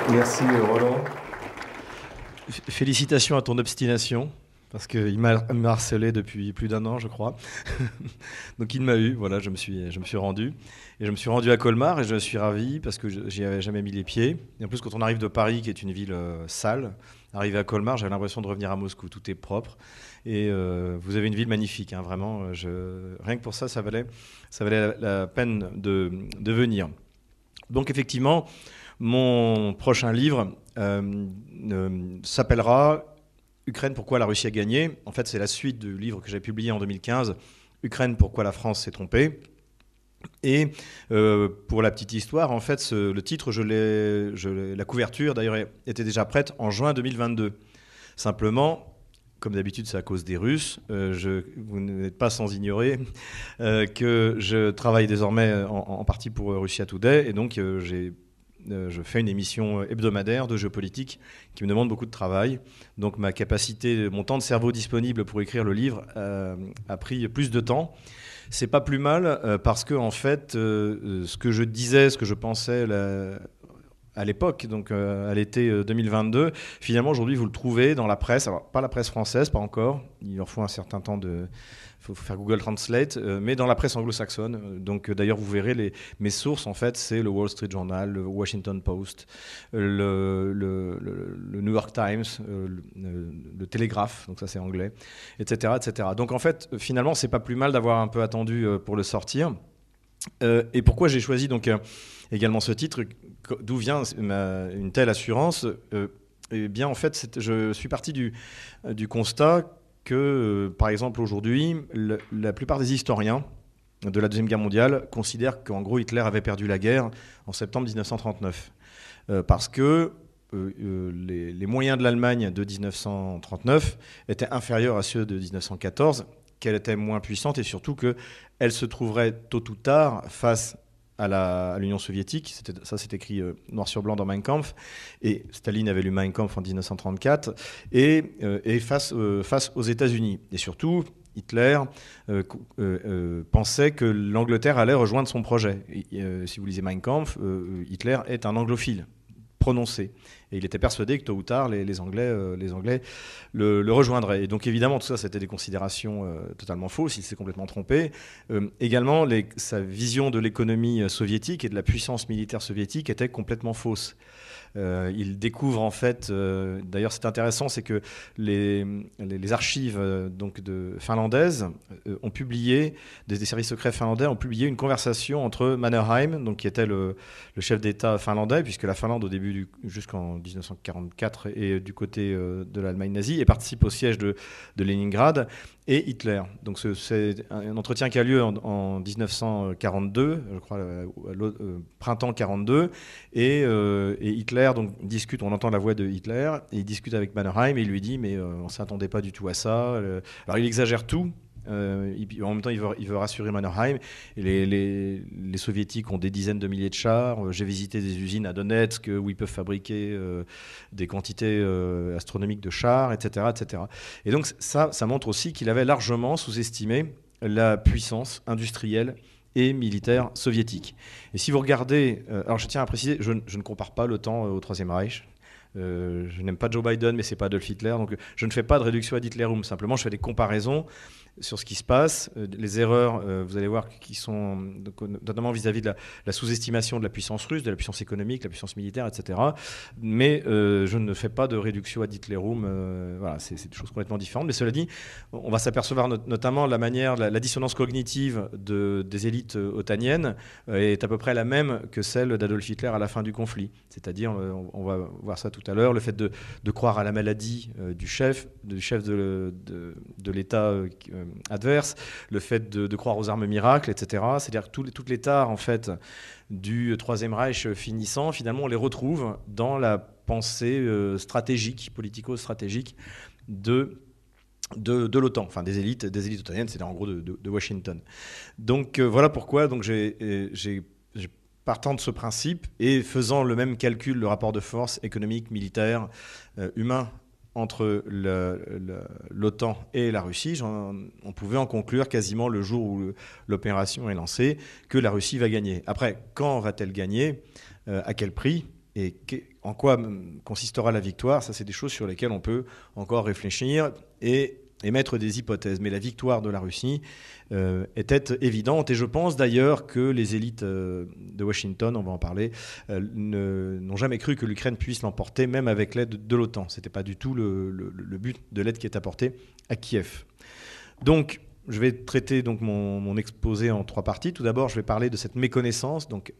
Merci Roland. Félicitations à ton obstination, parce qu'il m'a harcelé depuis plus d'un an, je crois. Donc il m'a eu, voilà, je me suis rendu. Et je me suis rendu à Colmar et je suis ravi parce que j'y avais jamais mis les pieds. Et en plus, quand on arrive de Paris, qui est une ville sale, arrivé à Colmar, j'avais l'impression de revenir à Moscou. Tout est propre. Et vous avez une ville magnifique, hein, vraiment. Rien que pour ça, ça valait la peine de venir. Donc effectivement, mon prochain livre s'appellera Ukraine, pourquoi la Russie a gagné. En fait, c'est la suite du livre que j'ai publié en 2015, Ukraine, pourquoi la France s'est trompée. Et pour la petite histoire, en fait, le titre, la couverture d'ailleurs était déjà prête en juin 2022. Simplement, comme d'habitude, c'est à cause des Russes. Vous n'êtes pas sans ignorer que je travaille désormais en partie pour Russia Today, et donc je fais une émission hebdomadaire de géopolitique qui me demande beaucoup de travail. Donc mon temps de cerveau disponible pour écrire le livre a pris plus de temps. C'est pas plus mal parce que en fait, ce que je disais, ce que je pensais à l'époque, donc à l'été 2022, finalement aujourd'hui vous le trouvez dans la presse. Alors pas la presse française, pas encore. Il leur faut un certain temps faut faire Google Translate, mais dans la presse anglo-saxonne. Donc d'ailleurs vous verrez mes sources en fait, c'est le Wall Street Journal, le Washington Post, le New York Times, le Telegraph, donc ça c'est anglais, etc., etc. Donc en fait finalement c'est pas plus mal d'avoir un peu attendu pour le sortir. Et pourquoi j'ai choisi donc également ce titre, d'où vient une telle assurance. Eh bien en fait je suis parti du constat que, par exemple, aujourd'hui, la plupart des historiens de la Deuxième Guerre mondiale considèrent qu'en gros, Hitler avait perdu la guerre en septembre 1939. Parce que les moyens de l'Allemagne de 1939 étaient inférieurs à ceux de 1914, qu'elle était moins puissante et surtout qu'elle se trouverait tôt ou tard face à l'Union soviétique. Ça, c'est écrit noir sur blanc dans Mein Kampf. Et Staline avait lu Mein Kampf en 1934. Et face aux États-Unis. Et surtout, Hitler pensait que l'Angleterre allait rejoindre son projet. Si vous lisez Mein Kampf, Hitler est un anglophile prononcé. Et il était persuadé que tôt ou tard, les Anglais le rejoindraient. Et donc évidemment, tout ça, c'était des considérations totalement fausses. Il s'est complètement trompé. Également, sa vision de l'économie soviétique et de la puissance militaire soviétique était complètement fausse. Il découvre en fait, d'ailleurs c'est intéressant, c'est que les archives donc finlandaises ont publié, des services secrets finlandais ont publié une conversation entre Mannerheim, donc qui était le chef d'État finlandais, puisque la Finlande au début jusqu'en 1944 est du côté de l'Allemagne nazie et participe au siège de Leningrad, et Hitler. Donc c'est un entretien qui a lieu en 1942, je crois, printemps 42, et Hitler donc discute, on entend la voix de Hitler, et il discute avec Mannerheim, et il lui dit mais on ne s'attendait pas du tout à ça. Alors il exagère tout. En même temps, il veut rassurer Mannerheim. Et les soviétiques ont des dizaines de milliers de chars. J'ai visité des usines à Donetsk où ils peuvent fabriquer des quantités astronomiques de chars, etc., etc. Et donc ça montre aussi qu'il avait largement sous-estimé la puissance industrielle et militaire soviétique. Et si vous regardez, alors je tiens à préciser, je ne compare pas l'OTAN au Troisième Reich. Je n'aime pas Joe Biden, mais c'est pas Adolf Hitler, donc je ne fais pas de réduction ad Hitlerum. Simplement, je fais des comparaisons sur ce qui se passe, les erreurs, vous allez voir, qui sont notamment vis-à-vis de la sous-estimation de la puissance russe, de la puissance économique, de la puissance militaire, etc. Mais je ne fais pas de réduction ad Hitlerum. Voilà, c'est des choses complètement différentes. Mais cela dit, on va s'apercevoir notamment la dissonance cognitive des élites otaniennes est à peu près la même que celle d'Adolf Hitler à la fin du conflit. C'est-à-dire, on va voir ça tout à l'heure, le fait de croire à la maladie du chef de l'État adverse, le fait de croire aux armes miracles, etc. C'est-à-dire que toutes les tares en fait, du Troisième Reich finissant, finalement, on les retrouve dans la pensée stratégique, politico-stratégique de l'OTAN, enfin des élites otaniennes, c'est en gros de Washington. Donc voilà pourquoi j'ai partant de ce principe et faisant le même calcul, le rapport de force économique, militaire, humain entre l'OTAN et la Russie, on pouvait en conclure quasiment le jour où l'opération est lancée que la Russie va gagner. Après, quand va-t-elle gagner ? À quel prix ? Et en quoi consistera la victoire? Ça, c'est des choses sur lesquelles on peut encore réfléchir et émettre des hypothèses. Mais la victoire de la Russie était évidente. Et je pense d'ailleurs que les élites de Washington, on va en parler, n'ont jamais cru que l'Ukraine puisse l'emporter, même avec l'aide de l'OTAN. Ce n'était pas du tout le but de l'aide qui est apportée à Kiev. Donc, je vais traiter donc mon exposé en 3 parties. Tout d'abord, je vais parler de cette méconnaissance. Donc,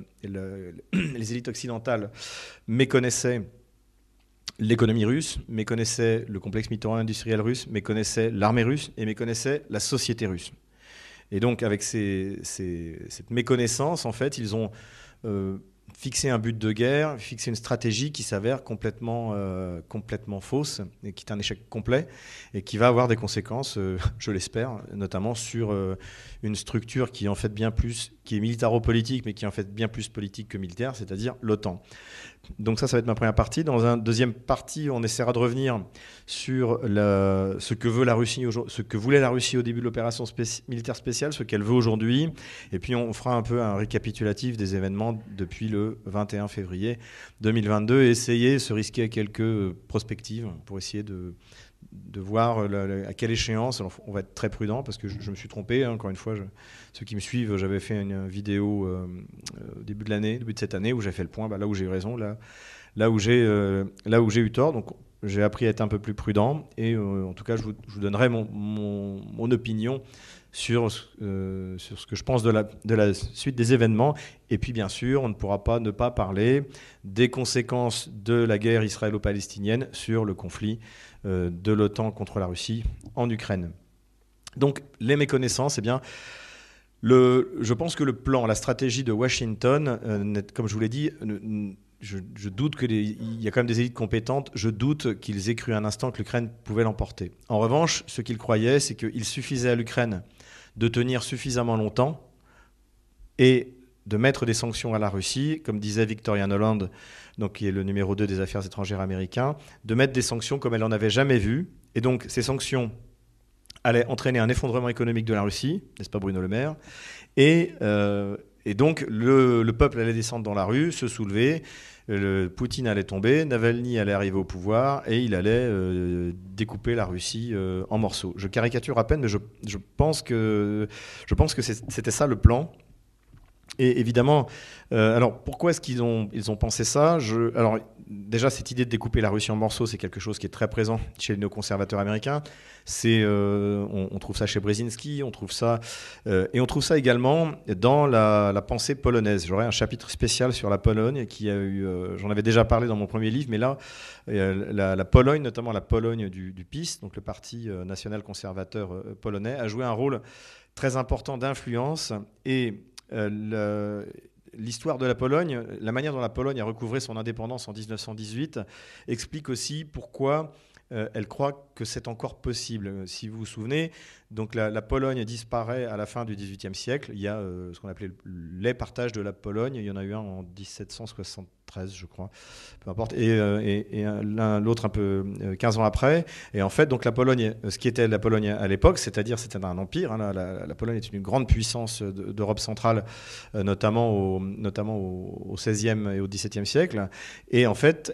les élites occidentales méconnaissaient l'économie russe, méconnaissaient le complexe militaro-industriel russe, méconnaissaient l'armée russe et méconnaissaient la société russe. Et donc, avec cette méconnaissance, en fait, ils ont fixé un but de guerre, fixé une stratégie qui s'avère complètement fausse, et qui est un échec complet, et qui va avoir des conséquences, je l'espère, notamment sur une structure qui est en fait qui est militaro-politique, mais qui est en fait bien plus politique que militaire, c'est-à-dire l'OTAN. Donc ça va être ma première partie. Dans une deuxième partie, on essaiera de revenir sur ce que veut la Russie, ce que voulait la Russie au début de l'opération militaire spéciale, ce qu'elle veut aujourd'hui. Et puis on fera un peu un récapitulatif des événements depuis le 21 février 2022 et essayer, se risquer à quelques prospectives pour essayer de voir à quelle échéance. Alors, on va être très prudent parce que je me suis trompé. Encore une fois, ceux qui me suivent, j'avais fait une vidéo au début de cette année où j'ai fait le point, là où j'ai eu raison, là où j'ai eu tort. Donc j'ai appris à être un peu plus prudent et en tout cas, je vous donnerai mon opinion sur ce que je pense de la suite des événements. Et puis bien sûr, on ne pourra pas ne pas parler des conséquences de la guerre israélo-palestinienne sur le conflit de l'OTAN contre la Russie en Ukraine. Donc les méconnaissances, eh bien, je pense que le plan, la stratégie de Washington, comme je vous l'ai dit, je doute il y a quand même des élites compétentes, je doute qu'ils aient cru un instant que l'Ukraine pouvait l'emporter. En revanche, ce qu'ils croyaient, c'est qu'il suffisait à l'Ukraine de tenir suffisamment longtemps et de mettre des sanctions à la Russie, comme disait Victoria Nuland, donc qui est le numéro 2 des affaires étrangères américains, de mettre des sanctions comme elle n'en avait jamais vu. Et donc ces sanctions allaient entraîner un effondrement économique de la Russie, n'est-ce pas Bruno Le Maire ? Et donc le peuple allait descendre dans la rue, se soulever, Poutine allait tomber, Navalny allait arriver au pouvoir et il allait découper la Russie en morceaux. Je caricature à peine, mais je pense que c'était ça le plan. Et évidemment, alors pourquoi est-ce qu'ils ont pensé ça ? Alors déjà, cette idée de découper la Russie en morceaux, c'est quelque chose qui est très présent chez les néoconservateurs américains. On trouve ça chez Brzezinski, on trouve ça également dans la pensée polonaise. J'aurais un chapitre spécial sur la Pologne qui a eu, j'en avais déjà parlé dans mon premier livre, mais là, la Pologne, notamment la Pologne du PiS, donc le Parti national conservateur polonais, a joué un rôle très important d'influence et l'histoire de la Pologne, la manière dont la Pologne a recouvré son indépendance en 1918 explique aussi pourquoi elle croit que c'est encore possible. Si vous vous souvenez, donc la Pologne disparaît à la fin du XVIIIe siècle. Il y a ce qu'on appelait les partages de la Pologne. Il y en a eu un en 1773, je crois, peu importe, et l'autre un peu 15 ans après. Et en fait, donc la Pologne, ce qui était la Pologne à l'époque, c'est-à-dire c'était un empire. Hein, la Pologne est une grande puissance d'Europe centrale, notamment au XVIe et au XVIIe siècle. Et en fait,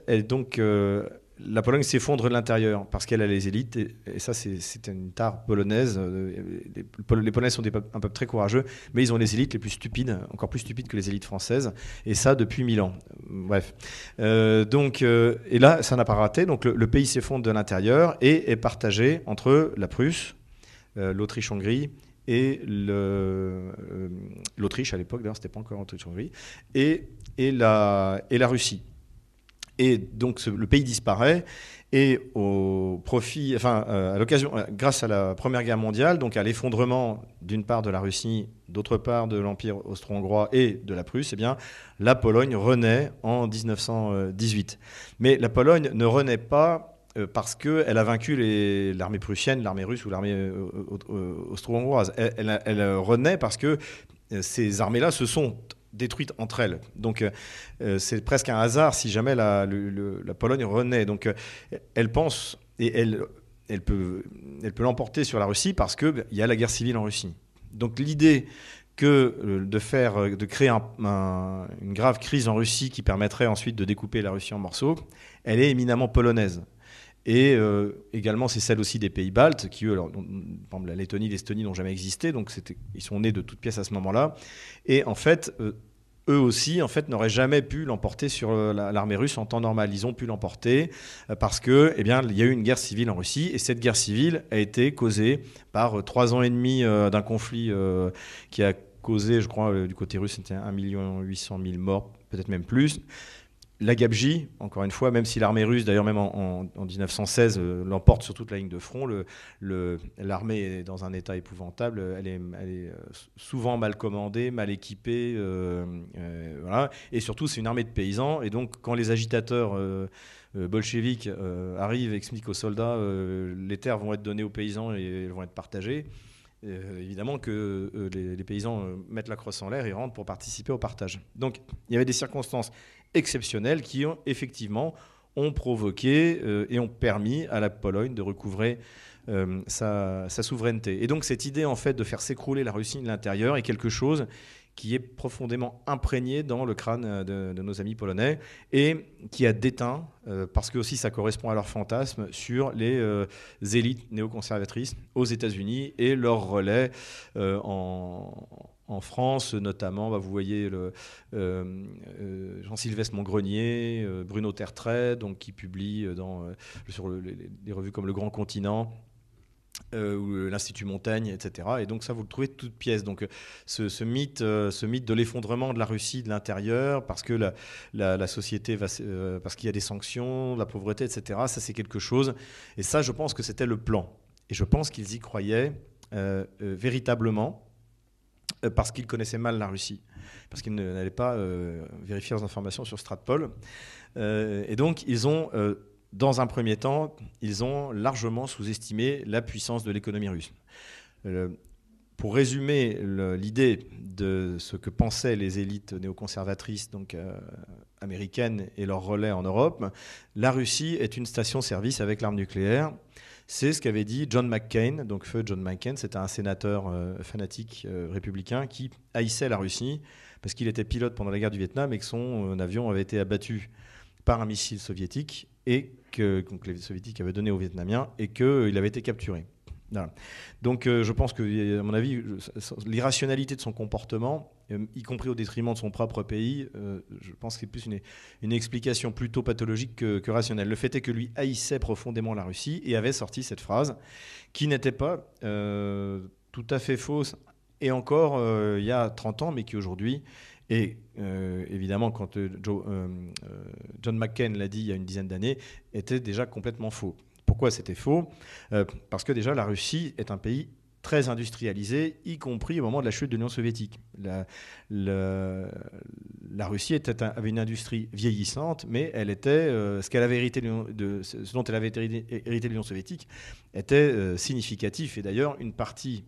la Pologne s'effondre de l'intérieur parce qu'elle a les élites et ça c'est une tare polonaise. Les Polonais sont un peuple très courageux, mais ils ont les élites les plus stupides, encore plus stupides que les élites françaises, et ça depuis 1000 ans. Bref. Et là, ça n'a pas raté. Donc le pays s'effondre de l'intérieur et est partagé entre la Prusse, l'Autriche-Hongrie et l'Autriche à l'époque, d'ailleurs c'était pas encore l'Autriche-Hongrie, et la Russie. Et donc le pays disparaît et à l'occasion, grâce à la Première Guerre mondiale, donc à l'effondrement d'une part de la Russie, d'autre part de l'Empire austro-hongrois et de la Prusse, eh bien la Pologne renaît en 1918. Mais la Pologne ne renaît pas parce qu'elle a vaincu l'armée prussienne, l'armée russe ou l'armée austro-hongroise. Elle renaît parce que ces armées-là se sont détruites entre elles. Donc c'est presque un hasard si jamais la Pologne renaît. Donc elle pense et elle peut l'emporter sur la Russie parce qu'il y a la guerre civile en Russie. Donc l'idée que de créer une grave crise en Russie qui permettrait ensuite de découper la Russie en morceaux, elle est éminemment polonaise. Et également, c'est celle aussi des pays baltes, qui eux, alors, par exemple, la Lettonie, l'Estonie n'ont jamais existé, donc ils sont nés de toutes pièces à ce moment-là. Et en fait, eux aussi, en fait, n'auraient jamais pu l'emporter sur l'armée russe en temps normal. Ils ont pu l'emporter parce que, eh bien, il y a eu une guerre civile en Russie, et cette guerre civile a été causée par 3 ans et demi d'un conflit qui a causé, je crois, du côté russe, c'était 1 800 000 morts, peut-être même plus. La gabegie, encore une fois, même si l'armée russe, d'ailleurs même en 1916, l'emporte sur toute la ligne de front, l'armée est dans un état épouvantable, elle est souvent mal commandée, mal équipée, voilà. Et surtout c'est une armée de paysans, et donc quand les agitateurs bolcheviques arrivent et expliquent aux soldats les terres vont être données aux paysans et elles vont être partagées, évidemment que les paysans mettent la crosse en l'air et rentrent pour participer au partage. Donc il y avait des circonstances exceptionnelles qui ont provoqué et ont permis à la Pologne de recouvrer sa souveraineté. Et donc cette idée en fait de faire s'écrouler la Russie de l'intérieur est quelque chose qui est profondément imprégné dans le crâne de nos amis polonais et qui a déteint, parce que aussi ça correspond à leur fantasme, sur les élites néoconservatrices aux États-Unis et leur relais en France notamment. Vous voyez Jean-Sylvestre Montgrenier, Bruno Tertrais, donc, qui publie sur des revues comme Le Grand Continent, ou l'Institut Montaigne, etc. Et donc ça, vous le trouvez de toutes pièces. Donc ce mythe de l'effondrement de la Russie de l'intérieur, parce que la société parce qu'il y a des sanctions, de la pauvreté, etc. Ça, c'est quelque chose. Et ça, je pense que c'était le plan. Et je pense qu'ils y croyaient véritablement, parce qu'ils connaissaient mal la Russie, parce qu'ils n'allaient pas vérifier leurs informations sur Stratpol. Et donc, dans un premier temps, ils ont largement sous-estimé la puissance de l'économie russe. Pour résumer l'idée de ce que pensaient les élites néoconservatrices donc, américaines et leurs relais en Europe, la Russie est une station-service avec l'arme nucléaire. C'est ce qu'avait dit John McCain, donc feu John McCain, c'était un sénateur fanatique républicain qui haïssait la Russie parce qu'il était pilote pendant la guerre du Vietnam et que son avion avait été abattu par un missile soviétique et que donc les soviétiques avaient donné aux Vietnamiens et qu'il avait été capturé. Voilà. Donc je pense que, à mon avis, l'irrationalité de son comportement, y compris au détriment de son propre pays, je pense que c'est plus une explication plutôt pathologique que rationnelle. Le fait est que lui haïssait profondément la Russie et avait sorti cette phrase qui n'était pas tout à fait fausse, et encore il y a 30 ans, mais qui aujourd'hui est évidemment, quand John McCain l'a dit il y a une dizaine d'années, était déjà complètement faux. Pourquoi c'était faux ? Parce que déjà la Russie est un pays très industrialisé, y compris au moment de la chute de l'Union soviétique. La Russie avait une industrie vieillissante, mais elle était, ce dont elle avait hérité de l'Union soviétique était significatif. Et d'ailleurs, une partie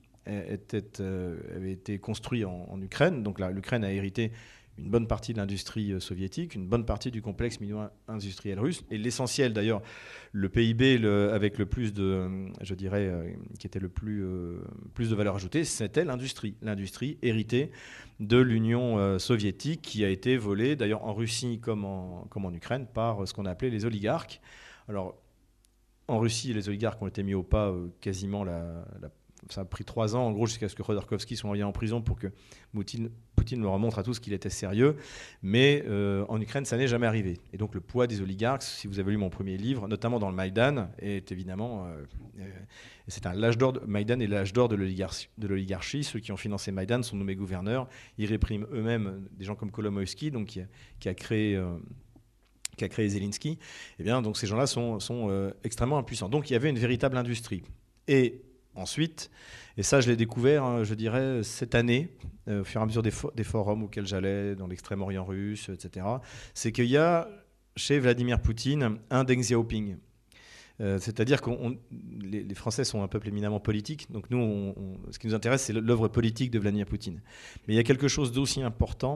avait été construite en Ukraine. Donc l'Ukraine a hérité une bonne partie de l'industrie soviétique, une bonne partie du complexe mino-industriel russe. Et l'essentiel, d'ailleurs, le PIB avec le plus de, je dirais, qui était le plus de valeur ajoutée, c'était l'industrie. L'industrie héritée de l'Union soviétique, qui a été volée, d'ailleurs, en Russie comme en Ukraine, par ce qu'on a appelé les oligarques. Alors, en Russie, les oligarques ont été mis au pas quasiment ça a pris 3 ans, en gros, jusqu'à ce que Khodorkovsky soit envoyé en prison pour que Poutine leur montre à tous qu'il était sérieux. Mais en Ukraine, ça n'est jamais arrivé. Et donc le poids des oligarques, si vous avez lu mon premier livre, notamment dans le Maïdan, est évidemment... c'est l'âge d'or. Maïdan est l'âge d'or de l'oligarchie. Ceux qui ont financé Maïdan sont nommés gouverneurs. Ils répriment eux-mêmes des gens comme Kolomoïski, donc qui a créé Zelensky. Eh bien, donc ces gens-là sont extrêmement impuissants. Donc il y avait une véritable industrie. Et ensuite, et ça je l'ai découvert, je dirais, cette année, au fur et à mesure des forums auxquels j'allais, dans l'extrême-orient russe, etc., c'est qu'il y a chez Vladimir Poutine un Deng Xiaoping. C'est-à-dire que les Français sont un peuple éminemment politique, donc nous, ce qui nous intéresse, c'est l'œuvre politique de Vladimir Poutine. Mais il y a quelque chose d'aussi important,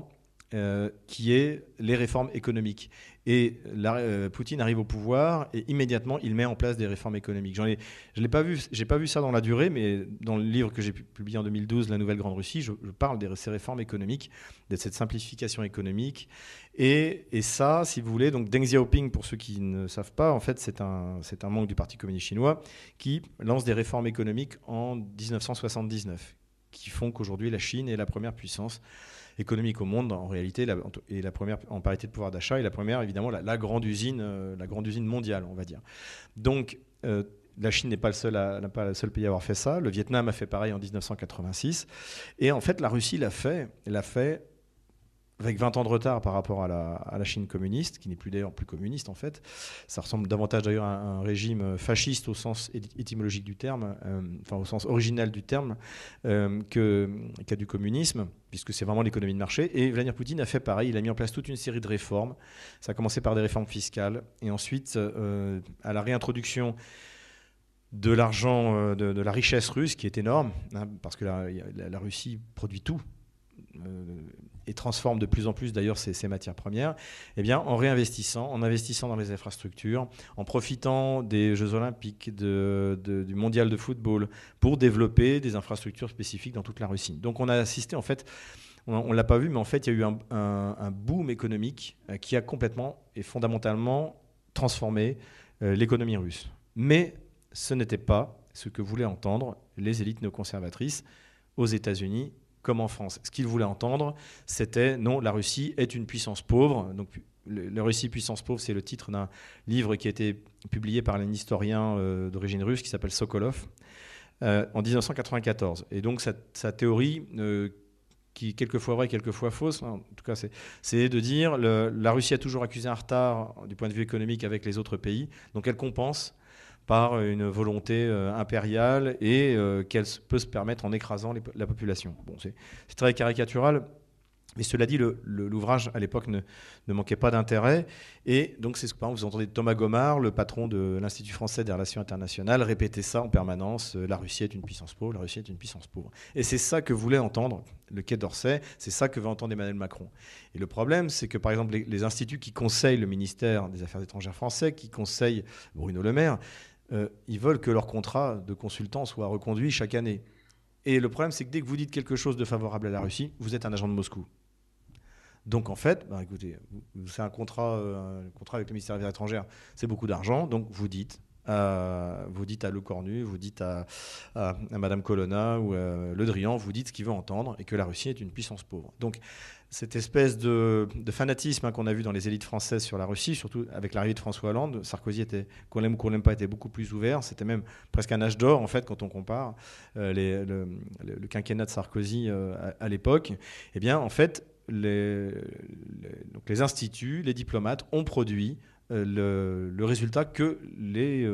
qui est les réformes économiques. Et Poutine arrive au pouvoir et immédiatement il met en place des réformes économiques. Je l'ai pas vu, j'ai pas vu ça dans la durée, mais dans le livre que j'ai publié en 2012, La Nouvelle Grande Russie, je parle de ces réformes économiques, de cette simplification économique. Et ça, si vous voulez, donc Deng Xiaoping, pour ceux qui ne savent pas, en fait, c'est un membre du Parti communiste chinois qui lance des réformes économiques en 1979, qui font qu'aujourd'hui la Chine est la première puissance économique au monde, en réalité, et la première en parité de pouvoir d'achat, et la première, évidemment, la grande usine mondiale, on va dire. Donc, la Chine n'est pas pas le seul pays à avoir fait ça. Le Vietnam a fait pareil en 1986. Et en fait, la Russie l'a fait avec 20 ans de retard par rapport à la Chine communiste, qui n'est plus d'ailleurs plus communiste en fait. Ça ressemble davantage d'ailleurs à un régime fasciste au sens étymologique du terme, enfin au sens original du terme, qu'à du communisme, puisque c'est vraiment l'économie de marché. Et Vladimir Poutine a fait pareil, il a mis en place toute une série de réformes. Ça a commencé par des réformes fiscales, et ensuite à la réintroduction de l'argent, de la richesse russe, qui est énorme, hein, parce que la Russie produit tout, et transforme de plus en plus d'ailleurs ces matières premières, eh bien, en investissant dans les infrastructures, en profitant des Jeux Olympiques, du Mondial de football, pour développer des infrastructures spécifiques dans toute la Russie. Donc on a assisté, en fait, on ne l'a pas vu, mais en fait, il y a eu un boom économique qui a complètement et fondamentalement transformé l'économie russe. Mais ce n'était pas ce que voulaient entendre les élites néoconservatrices aux États-Unis comme en France. Ce qu'ils voulaient entendre, c'était non, la Russie est une puissance pauvre. Donc, la Russie puissance pauvre, c'est le titre d'un livre qui a été publié par un historien d'origine russe qui s'appelle Sokolov en 1994. Et donc, sa théorie, qui est quelquefois vraie, quelquefois fausse, en tout cas, c'est de dire la Russie a toujours accusé un retard du point de vue économique avec les autres pays, donc elle compense par une volonté impériale et qu'elle peut se permettre en écrasant la population. Bon, c'est très caricatural, mais cela dit, l'ouvrage à l'époque ne manquait pas d'intérêt. Et donc, c'est ce que par exemple, vous entendez Thomas Gomard, le patron de l'Institut français des relations internationales, répéter ça en permanence, la Russie est une puissance pauvre, la Russie est une puissance pauvre. Et c'est ça que voulait entendre le Quai d'Orsay, c'est ça que veut entendre Emmanuel Macron. Et le problème, c'est que par exemple, les instituts qui conseillent le ministère des Affaires étrangères français, qui conseillent Bruno Le Maire, ils veulent que leur contrat de consultant soit reconduit chaque année. Et le problème, c'est que dès que vous dites quelque chose de favorable à la Russie, vous êtes un agent de Moscou. Donc en fait, écoutez, c'est un contrat avec le ministère des Affaires étrangères, c'est beaucoup d'argent, donc vous dites à Le Cornu, vous dites à Madame Colonna ou à Le Drian, vous dites ce qu'il veut entendre et que la Russie est une puissance pauvre. Donc cette espèce de fanatisme qu'on a vu dans les élites françaises sur la Russie, surtout avec l'arrivée de François Hollande, Sarkozy était, qu'on l'aime ou qu'on l'aime pas, était beaucoup plus ouvert. C'était même presque un âge d'or en fait quand on compare le quinquennat de Sarkozy à l'époque. Eh bien en fait donc les instituts, les diplomates ont produit le résultat que les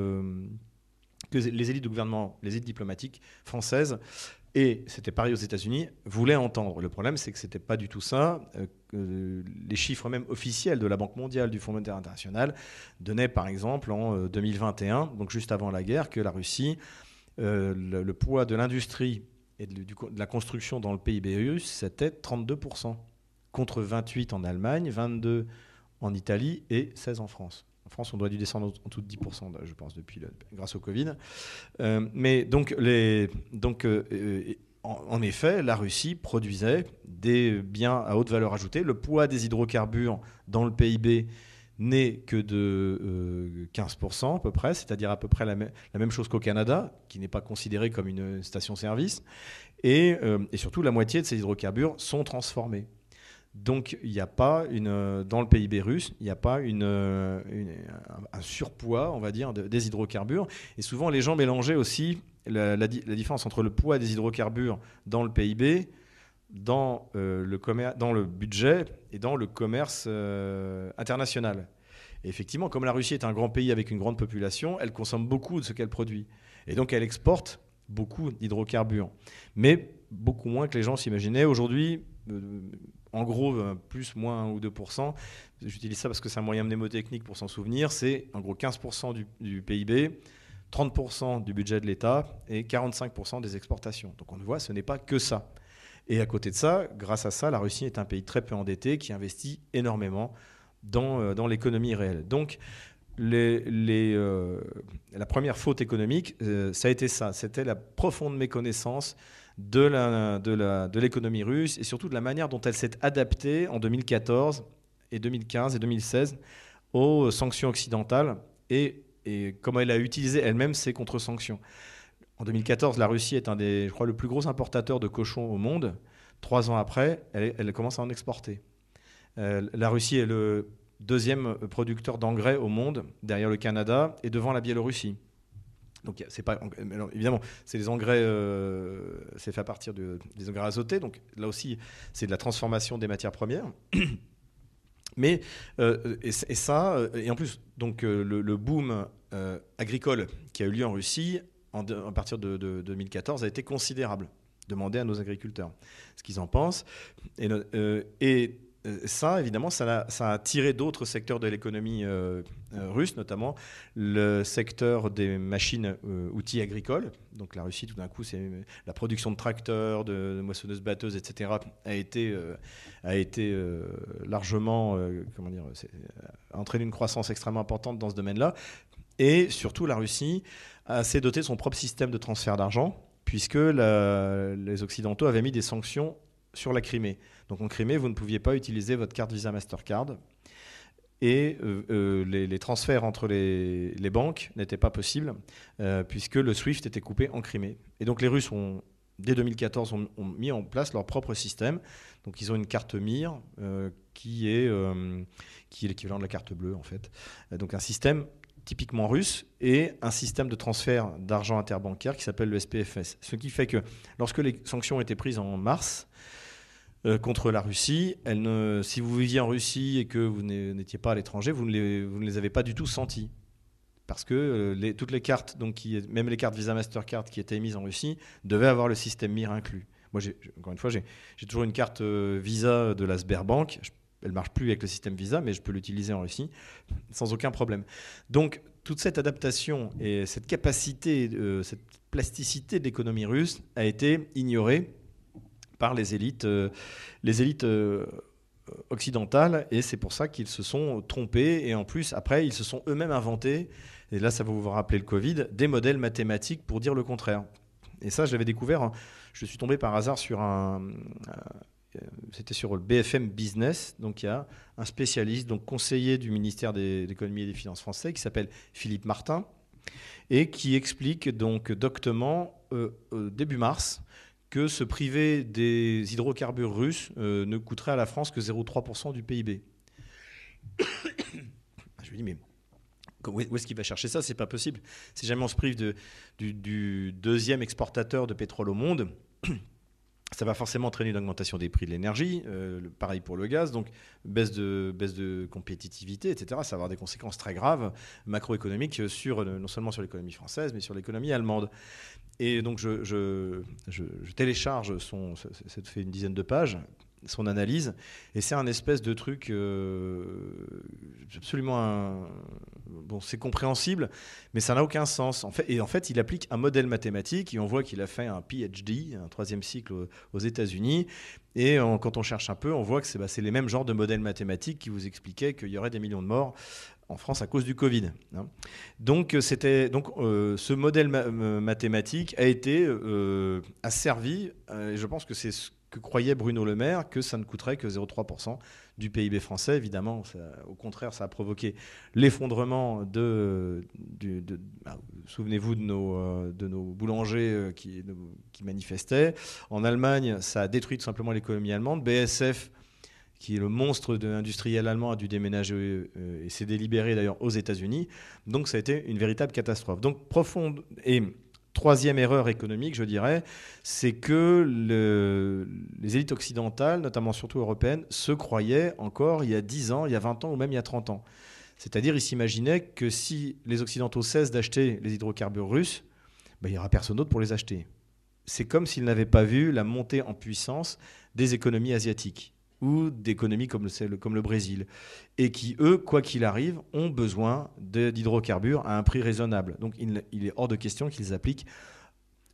élites de gouvernement, les élites diplomatiques françaises, et c'était pareil aux États-Unis, voulaient entendre. Le problème, c'est que ce n'était pas du tout ça. Les chiffres même officiels de la Banque mondiale, du Fonds monétaire international, donnaient par exemple en 2021, donc juste avant la guerre, que la Russie, le poids de l'industrie et de la construction dans le PIB russe, c'était 32%, contre 28 en Allemagne, 22 en Italie et 16 en France. En France, on doit dû descendre en dessous de 10%, je pense, grâce au Covid. Mais donc, en effet, la Russie produisait des biens à haute valeur ajoutée. Le poids des hydrocarbures dans le PIB n'est que de 15% à peu près, c'est-à-dire à peu près la même chose qu'au Canada, qui n'est pas considéré comme une station-service. Et surtout, la moitié de ces hydrocarbures sont transformés. Donc, il n'y a pas dans le PIB russe, il n'y a pas un surpoids, on va dire, des hydrocarbures. Et souvent, les gens mélangeaient aussi la différence entre le poids des hydrocarbures dans le PIB, dans le budget et dans le commerce international. Et effectivement, comme la Russie est un grand pays avec une grande population, elle consomme beaucoup de ce qu'elle produit. Et donc, elle exporte beaucoup d'hydrocarbures. Mais beaucoup moins que les gens s'imaginaient. Aujourd'hui, en gros, plus, moins 1 ou 2%. J'utilise ça parce que c'est un moyen mnémotechnique pour s'en souvenir. C'est en gros 15% du PIB, 30% du budget de l'État et 45% des exportations. Donc on le voit, ce n'est pas que ça. Et à côté de ça, grâce à ça, la Russie est un pays très peu endetté qui investit énormément dans l'économie réelle. Donc, la première faute économique, ça a été ça. C'était la profonde méconnaissance de l'économie russe et surtout de la manière dont elle s'est adaptée en 2014 et 2015 et 2016 aux sanctions occidentales et comment elle a utilisé elle-même ces contre-sanctions. En 2014, la Russie est je crois, le plus gros importateur de cochons au monde. 3 ans après, elle commence à en exporter. La Russie est le deuxième producteur d'engrais au monde, derrière le Canada et devant la Biélorussie. Donc, c'est pas, alors, évidemment, c'est les engrais, c'est fait à partir des engrais azotés. Donc là aussi, c'est de la transformation des matières premières. Mais et en plus, donc le boom agricole qui a eu lieu en Russie à partir de 2014 a été considérable. Demandez à nos agriculteurs ce qu'ils en pensent. Et ça, évidemment, ça a tiré d'autres secteurs de l'économie russe, notamment le secteur des machines outils agricoles. Donc la Russie, tout d'un coup, c'est la production de tracteurs, de moissonneuses batteuses, etc., a été largement, a entraîné une croissance extrêmement importante dans ce domaine-là. Et surtout, la Russie s'est dotée de son propre système de transfert d'argent, puisque les Occidentaux avaient mis des sanctions sur la Crimée. Donc en Crimée, vous ne pouviez pas utiliser votre carte Visa Mastercard et les transferts entre les banques n'étaient pas possibles puisque le SWIFT était coupé en Crimée. Et donc les Russes, dès 2014, ont mis en place leur propre système. Donc ils ont une carte MIR qui est l'équivalent de la carte bleue en fait. Donc un système typiquement russe et un système de transfert d'argent interbancaire qui s'appelle le SPFS. Ce qui fait que lorsque les sanctions ont été prises en mars, contre la Russie, si vous viviez en Russie et que vous n'étiez pas à l'étranger, vous ne les avez pas du tout senties. Parce que toutes les cartes, donc même les cartes Visa Mastercard qui étaient émises en Russie, devaient avoir le système MIR inclus. Moi, encore une fois, j'ai toujours une carte Visa de la Sberbank. Elle ne marche plus avec le système Visa, mais je peux l'utiliser en Russie sans aucun problème. Donc, toute cette adaptation et cette capacité, cette plasticité de l'économie russe a été ignorée par les élites occidentales, et c'est pour ça qu'ils se sont trompés. Et en plus, après, ils se sont eux-mêmes inventés, et là, ça va vous rappeler le Covid, des modèles mathématiques pour dire le contraire. Et ça, je l'avais découvert, je suis tombé par hasard sur c'était sur le BFM Business, donc il y a un spécialiste, donc conseiller du ministère de l'économie et des finances français, qui s'appelle Philippe Martin, et qui explique donc doctement, début mars, que se priver des hydrocarbures russes ne coûterait à la France que 0,3% du PIB. Je lui dis, mais où est-ce qu'il va chercher ça? C'est pas possible. Si jamais on se prive du deuxième exportateur de pétrole au monde, ça va forcément entraîner une augmentation des prix de l'énergie, pareil pour le gaz, donc baisse de compétitivité, etc. Ça va avoir des conséquences très graves macroéconomiques non seulement sur l'économie française, mais sur l'économie allemande. Et donc je télécharge ça fait une dizaine de pages, son analyse, et c'est un espèce de truc absolument... bon, c'est compréhensible, mais ça n'a aucun sens. En fait, il applique un modèle mathématique, et on voit qu'il a fait un PhD, un 3e cycle aux États-Unis, et quand on cherche un peu, on voit que c'est les mêmes genres de modèles mathématiques qui vous expliquaient qu'il y aurait des millions de morts en France à cause du Covid. Donc, ce modèle mathématique a servi, et je pense que c'est ce que croyait Bruno Le Maire, que ça ne coûterait que 0,3% du PIB français. Évidemment, au contraire, ça a provoqué l'effondrement souvenez-vous de nos boulangers qui manifestaient. En Allemagne, ça a détruit tout simplement l'économie allemande. BASF, qui est le monstre industriel allemand, a dû déménager et s'est délibéré d'ailleurs aux États-Unis. Donc ça a été une véritable catastrophe. Donc profonde. Et troisième erreur économique, je dirais, c'est que les élites occidentales, notamment surtout européennes, se croyaient encore il y a 10 ans, il y a 20 ans ou même il y a 30 ans. C'est-à-dire, ils s'imaginaient que si les Occidentaux cessent d'acheter les hydrocarbures russes, il n'y aura personne d'autre pour les acheter. C'est comme s'ils n'avaient pas vu la montée en puissance des économies asiatiques ou d'économies comme le Brésil, et qui, eux, quoi qu'il arrive, ont besoin d'hydrocarbures à un prix raisonnable. Donc il est hors de question qu'ils appliquent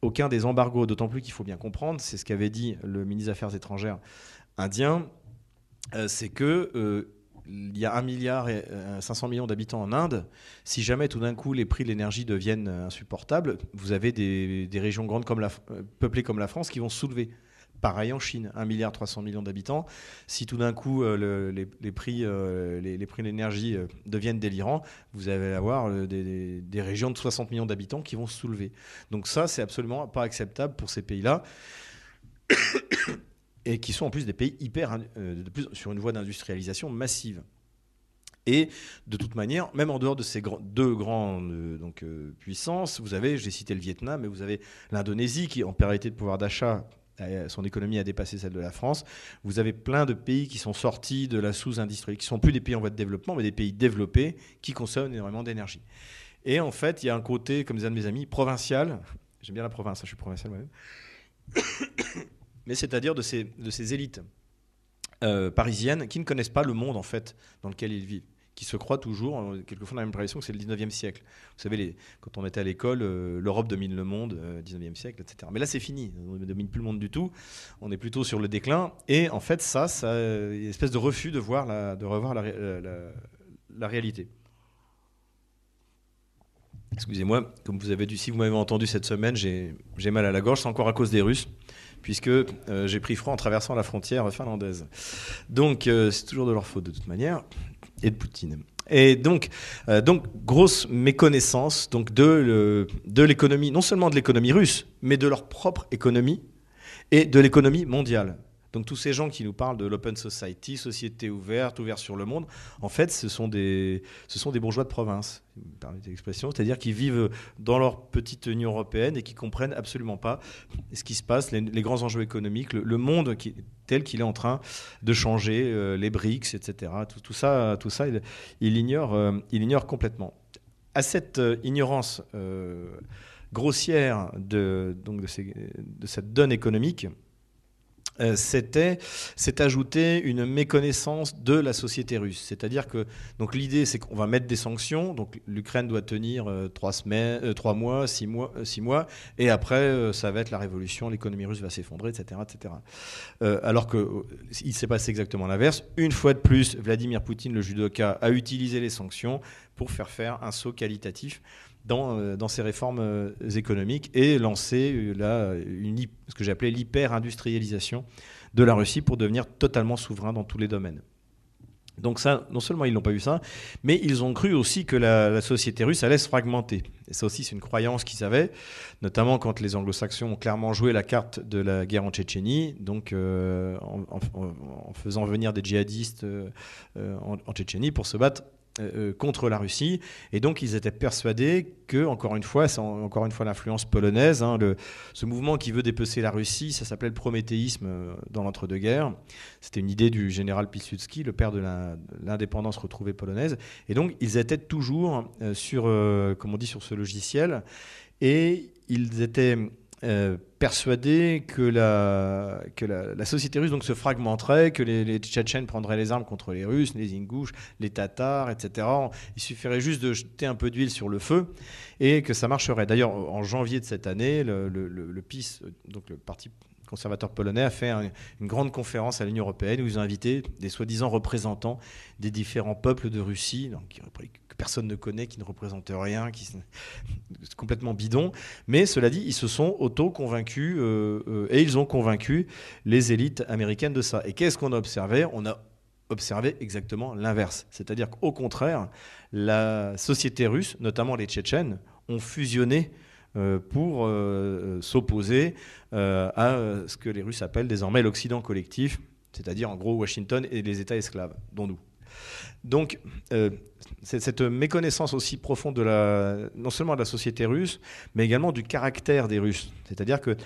aucun des embargos, d'autant plus qu'il faut bien comprendre, c'est ce qu'avait dit le ministre des Affaires étrangères indien, c'est que il y a 1,5 milliard d'habitants en Inde. Si jamais tout d'un coup les prix de l'énergie deviennent insupportables, vous avez des régions grandes peuplées comme la France qui vont se soulever. Pareil en Chine, 1,3 milliard d'habitants. Si tout d'un coup les prix de l'énergie deviennent délirants, vous allez avoir des régions de 60 millions d'habitants qui vont se soulever. Donc ça, c'est absolument pas acceptable pour ces pays-là. Et qui sont en plus des pays sur une voie d'industrialisation massive. Et de toute manière, même en dehors de ces deux grandes puissances, vous avez, j'ai cité le Vietnam, mais vous avez l'Indonésie qui, en parité de pouvoir d'achat, son économie a dépassé celle de la France. Vous avez plein de pays qui sont sortis de la sous-industrie, qui ne sont plus des pays en voie de développement, mais des pays développés qui consomment énormément d'énergie. Et en fait, il y a un côté, comme disent un de mes amis, provincial. J'aime bien la province, je suis provincial moi-même. Mais c'est-à-dire de ces élites parisiennes qui ne connaissent pas le monde en fait dans lequel ils vivent, qui se croient toujours, quelquefois on a l'impression que c'est le 19e siècle. Vous savez, quand on était à l'école, l'Europe domine le monde, 19e siècle, etc. Mais là c'est fini, on ne domine plus le monde du tout, on est plutôt sur le déclin, et en fait ça il y a une espèce de refus de revoir la réalité. Excusez-moi, comme vous avez dit, si vous m'avez entendu cette semaine, j'ai mal à la gorge, c'est encore à cause des Russes, puisque j'ai pris froid en traversant la frontière finlandaise. Donc c'est toujours de leur faute de toute manière, et de Poutine. Et donc grosse méconnaissance donc, de l'économie, non seulement de l'économie russe, mais de leur propre économie et de l'économie mondiale. Donc tous ces gens qui nous parlent de l'open society, société ouverte sur le monde, en fait ce sont des bourgeois de province, si vous me permettez l'expression, c'est-à-dire qui vivent dans leur petite Union européenne et qui comprennent absolument pas ce qui se passe, les grands enjeux économiques, le monde tel qu'il est en train de changer, les BRICS, etc. Tout ça il ignore complètement. À cette ignorance grossière de cette donne économique, c'est ajouter une méconnaissance de la société russe. C'est-à-dire que donc l'idée, c'est qu'on va mettre des sanctions. Donc l'Ukraine doit tenir 3 mois, 6 mois, et après ça va être la révolution, l'économie russe va s'effondrer, etc., etc. Alors qu'il s'est passé exactement l'inverse. Une fois de plus, Vladimir Poutine, le judoka, a utilisé les sanctions pour faire un saut qualitatif dans ces réformes économiques et lancer ce que j'appelais l'hyper-industrialisation de la Russie pour devenir totalement souverain dans tous les domaines. Donc ça, non seulement ils n'ont pas vu ça, mais ils ont cru aussi que la société russe allait se fragmenter. Et ça aussi, c'est une croyance qu'ils avaient, notamment quand les anglo-saxons ont clairement joué la carte de la guerre en Tchétchénie, donc en faisant venir des djihadistes en Tchétchénie pour se battre contre la Russie, et donc ils étaient persuadés que, encore une fois, c'est encore une fois l'influence polonaise, ce mouvement qui veut dépecer la Russie, ça s'appelait le prométhéisme dans l'entre-deux-guerres. C'était une idée du général Pilsudski, le père de l'indépendance retrouvée polonaise, et donc ils étaient toujours sur ce logiciel, et ils étaient persuadés que la société russe donc, se fragmenterait, que les Tchétchènes prendraient les armes contre les Russes, les Ingouches, les Tatars, etc. Il suffirait juste de jeter un peu d'huile sur le feu et que ça marcherait. D'ailleurs, en janvier de cette année, le PiS, donc le Parti conservateur polonais, a fait une grande conférence à l'Union européenne où ils ont invité des soi-disant représentants des différents peuples de Russie, donc, que personne ne connaît, qui ne représentent rien, c'est complètement bidon. Mais cela dit, ils se sont auto-convaincus et ils ont convaincu les élites américaines de ça. Et qu'est-ce qu'on a observé ? On a observé exactement l'inverse. C'est-à-dire qu'au contraire, la société russe, notamment les Tchétchènes, ont fusionné pour s'opposer à ce que les Russes appellent désormais l'Occident collectif, c'est-à-dire en gros Washington et les États esclaves, dont nous. Donc c'est cette méconnaissance aussi profonde non seulement de la société russe, mais également du caractère des Russes. C'est-à-dire que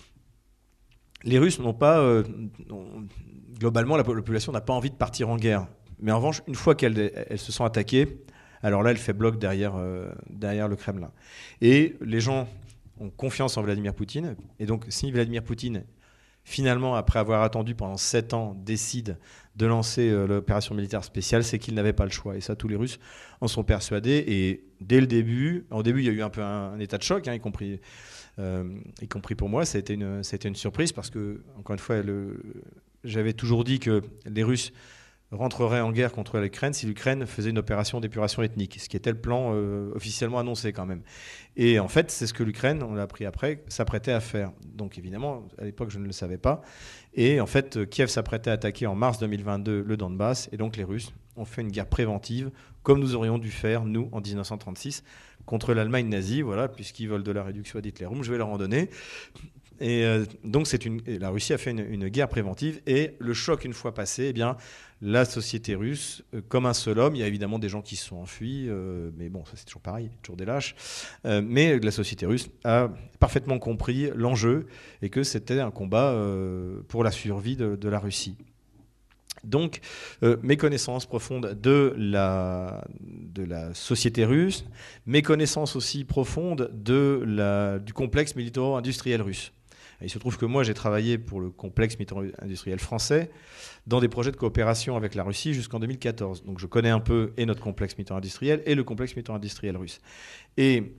les Russes n'ont pas... globalement, la population n'a pas envie de partir en guerre. Mais en revanche, une fois qu'elles se sont attaquées, alors là, elle fait bloc derrière le Kremlin. Et les gens ont confiance en Vladimir Poutine. Et donc, si Vladimir Poutine, finalement, après avoir attendu pendant 7 ans, décide de lancer l'opération militaire spéciale, c'est qu'il n'avait pas le choix. Et ça, tous les Russes en sont persuadés. Et dès le début, il y a eu un peu un état de choc, y compris y compris pour moi, ça a été une surprise parce que, encore une fois, j'avais toujours dit que les Russes rentrerait en guerre contre l'Ukraine si l'Ukraine faisait une opération d'épuration ethnique, ce qui était le plan officiellement annoncé quand même. Et en fait, c'est ce que l'Ukraine, on l'a appris après, s'apprêtait à faire. Donc évidemment, à l'époque, je ne le savais pas. Et en fait, Kiev s'apprêtait à attaquer en mars 2022 le Donbass, et donc les Russes ont fait une guerre préventive, comme nous aurions dû faire, nous, en 1936, contre l'Allemagne nazie, voilà, puisqu'ils veulent de la réduction ad Hitlerum, je vais leur en donner. Et donc la Russie a fait une guerre préventive, et le choc une fois passé, eh bien, la société russe, comme un seul homme, il y a évidemment des gens qui se sont enfuis, mais bon, ça c'est toujours pareil, toujours des lâches, mais la société russe a parfaitement compris l'enjeu et que c'était un combat pour la survie de la Russie. Donc, mes connaissances profondes de la société russe, mes connaissances aussi profondes du complexe militaro-industriel russe. Et il se trouve que moi, j'ai travaillé pour le complexe militaro-industriel français dans des projets de coopération avec la Russie jusqu'en 2014. Donc, je connais un peu et notre complexe militaro-industriel et le complexe militaro-industriel russe. Et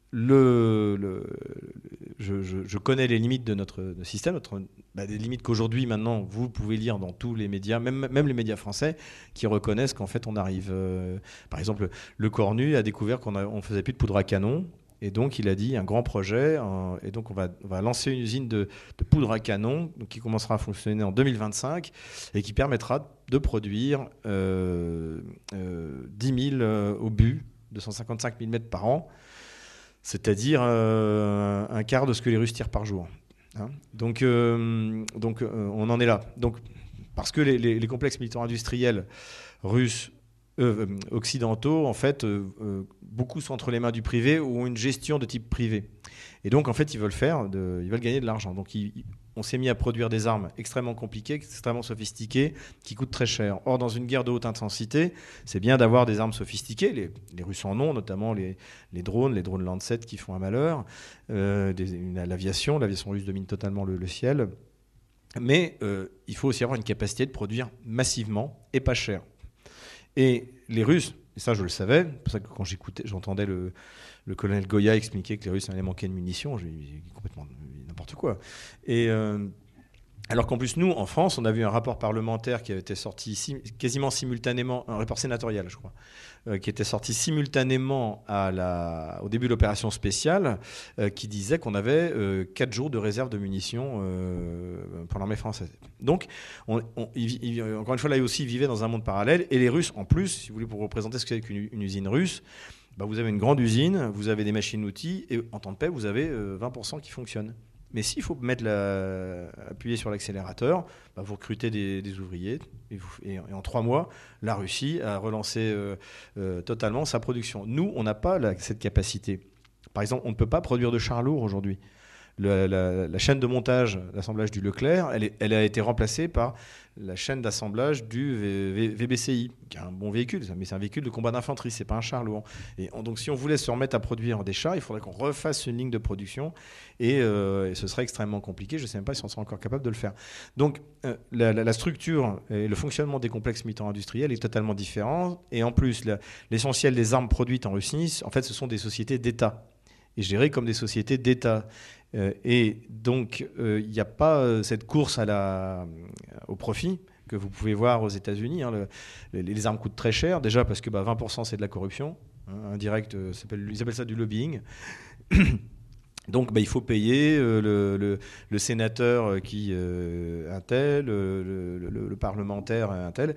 je connais les limites de notre système, des limites qu'aujourd'hui, maintenant, vous pouvez lire dans tous les médias, même les médias français, qui reconnaissent qu'en fait, on arrive... par exemple, Le Cornu a découvert qu'on ne faisait plus de poudre à canon. Et donc, il a dit un grand projet. Et donc, on va lancer une usine de poudre à canon qui commencera à fonctionner en 2025 et qui permettra de produire 10 000 obus de 155 000 mètres par an, c'est-à-dire un quart de ce que les Russes tirent par jour. Hein, donc, on en est là. Donc, parce que les complexes militaro-industriels russes occidentaux, en fait, beaucoup sont entre les mains du privé ou ont une gestion de type privé. Et donc, en fait, ils veulent gagner de l'argent. Donc, on s'est mis à produire des armes extrêmement compliquées, extrêmement sophistiquées, qui coûtent très cher. Or, dans une guerre de haute intensité, c'est bien d'avoir des armes sophistiquées. Les Russes en ont, notamment les drones Lancet qui font un malheur, l'aviation russe domine totalement le ciel. Mais il faut aussi avoir une capacité de produire massivement et pas cher. Et les Russes, et ça je le savais, c'est pour ça que quand j'entendais le colonel Goya expliquer que les Russes allaient manquer de munitions, j'ai dit complètement n'importe quoi. Et alors qu'en plus, nous, en France, on a vu un rapport parlementaire qui avait été sorti quasiment simultanément, un rapport sénatorial, je crois, qui était sorti simultanément au début de l'opération spéciale, qui disait qu'on avait 4 jours de réserve de munitions pour l'armée française. Donc, encore une fois, là aussi, ils vivaient dans un monde parallèle. Et les Russes, en plus, si vous voulez, pour représenter ce que c'est qu'une usine russe, vous avez une grande usine, vous avez des machines-outils, et en temps de paix, vous avez 20% qui fonctionnent. Mais s'il faut appuyer sur l'accélérateur, vous recrutez des ouvriers et en 3 mois, la Russie a relancé totalement sa production. Nous, on n'a pas cette capacité. Par exemple, on ne peut pas produire de chars lourds aujourd'hui. La chaîne de montage, d'assemblage du Leclerc, elle a été remplacée par la chaîne d'assemblage du VBCI, qui est un bon véhicule, mais c'est un véhicule de combat d'infanterie, c'est pas un char lourd. Et donc si on voulait se remettre à produire des chars, il faudrait qu'on refasse une ligne de production, et ce serait extrêmement compliqué. Je ne sais même pas si on sera encore capable de le faire. Donc la structure et le fonctionnement des complexes militaro-industriels est totalement différent, et en plus, l'essentiel des armes produites en Russie, en fait, ce sont des sociétés d'État, et gérées comme des sociétés d'État. Et donc, il n'y a pas cette course au profit que vous pouvez voir aux États-Unis. Hein. Les armes coûtent très cher, déjà parce que 20% c'est de la corruption. Hein, indirect, ils appellent ça du lobbying. Donc, il faut payer le sénateur un tel, le parlementaire un tel,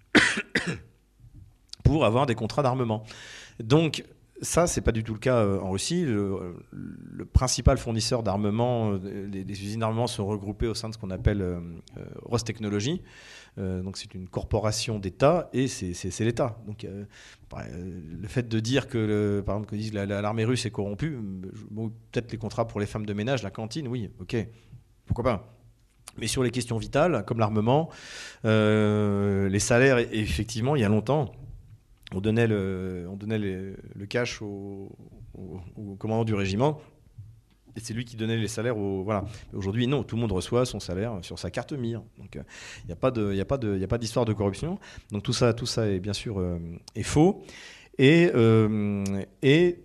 pour avoir des contrats d'armement. Donc, ça, c'est pas du tout le cas en Russie. Le principal fournisseur d'armement, les usines d'armement sont regroupées au sein de ce qu'on appelle Rostechnologie. Donc c'est une corporation d'État et c'est l'État. Donc le fait de dire que, par exemple, que l'armée russe est corrompue, peut-être les contrats pour les femmes de ménage, la cantine, oui, ok, pourquoi pas. Mais sur les questions vitales, comme l'armement, les salaires, et effectivement, il y a longtemps, on donnait le cash au commandant du régiment, et c'est lui qui donnait les salaires. Voilà. Aujourd'hui, non, tout le monde reçoit son salaire sur sa carte mire. Donc, il n'y a pas d'histoire de corruption. Donc tout ça est bien sûr est faux. Et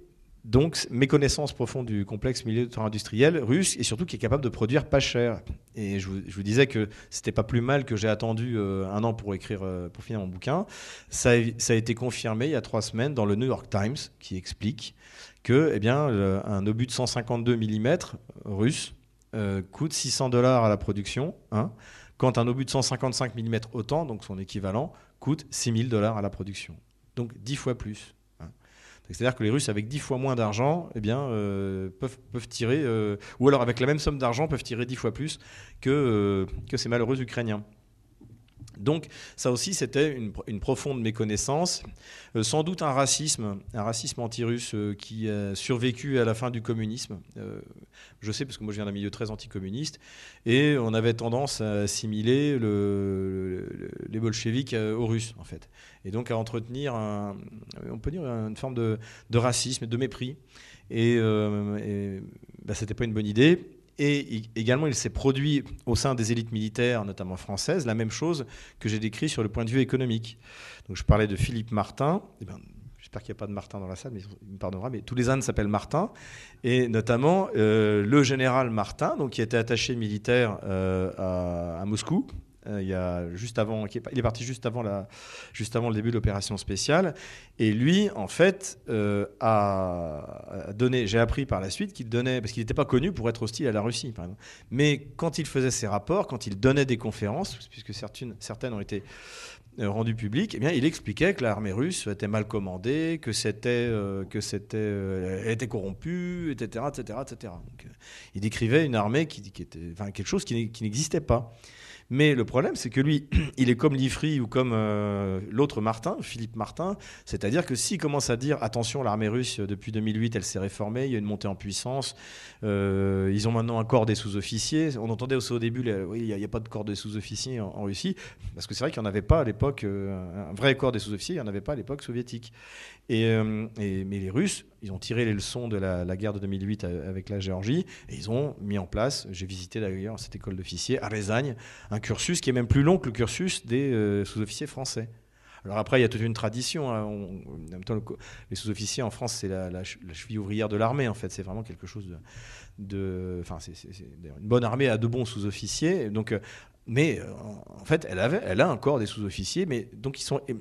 Donc, méconnaissance profonde du complexe militaire industriel russe et surtout qui est capable de produire pas cher. Et je vous disais que c'était pas plus mal que j'ai attendu un an pour finir mon bouquin. Ça a été confirmé il y a 3 semaines dans le New York Times qui explique que, eh bien, un obus de 152 mm russe coûte $600 à la production, hein, quand un obus de 155 mm autant, donc son équivalent, coûte $6 000 à la production. Donc 10 fois plus. C'est-à-dire que les Russes, avec 10 fois moins d'argent, eh bien, peuvent tirer, ou alors avec la même somme d'argent, peuvent tirer 10 fois plus que ces malheureux Ukrainiens. Donc ça aussi, c'était une profonde méconnaissance, sans doute un racisme anti-russe qui a survécu à la fin du communisme. Je sais parce que moi je viens d'un milieu très anticommuniste, et on avait tendance à assimiler les bolcheviks aux Russes, en fait. Et donc à entretenir, on peut dire, une forme de racisme et de mépris. Et c'était pas une bonne idée. Et également, il s'est produit au sein des élites militaires, notamment françaises, la même chose que j'ai décrit sur le point de vue économique. Donc, je parlais de Philippe Martin. J'espère qu'il n'y a pas de Martin dans la salle, mais il me pardonnera. Mais tous les ânes s'appellent Martin. Et notamment le général Martin, donc, qui était attaché militaire à Moscou. Il est parti juste avant le début de l'opération spéciale. Et lui, en fait, a donné. J'ai appris par la suite qu'il donnait, parce qu'il n'était pas connu pour être hostile à la Russie, par exemple. Mais quand il faisait ses rapports, quand il donnait des conférences, puisque certaines ont été rendues publiques, eh bien, il expliquait que l'armée russe était mal commandée, elle était corrompue, etc., etc., etc. Donc, il décrivait une armée qui était, quelque chose qui n'existait pas. Mais le problème, c'est que lui, il est comme Liffry ou comme l'autre Martin, Philippe Martin, c'est-à-dire que s'il commence à dire « Attention, l'armée russe, depuis 2008, elle s'est réformée, il y a une montée en puissance, ils ont maintenant un corps des sous-officiers », on entendait aussi au début « Oui, il n'y a pas de corps des sous-officiers en Russie », parce que c'est vrai qu'il n'y en avait pas à l'époque, un vrai corps des sous-officiers, il n'y en avait pas à l'époque soviétique. Mais les Russes, ils ont tiré les leçons de la guerre de 2008 avec la Géorgie, et ils ont mis en place, j'ai visité d'ailleurs cette école d'officiers à Rezagne, un cursus qui est même plus long que le cursus des sous-officiers français. Alors après, il y a toute une tradition. Hein. En même temps, les sous-officiers en France, c'est la cheville ouvrière de l'armée. En fait, c'est vraiment quelque chose c'est une bonne armée à de bons sous-officiers. Donc, en fait, elle a un corps des sous-officiers, mais donc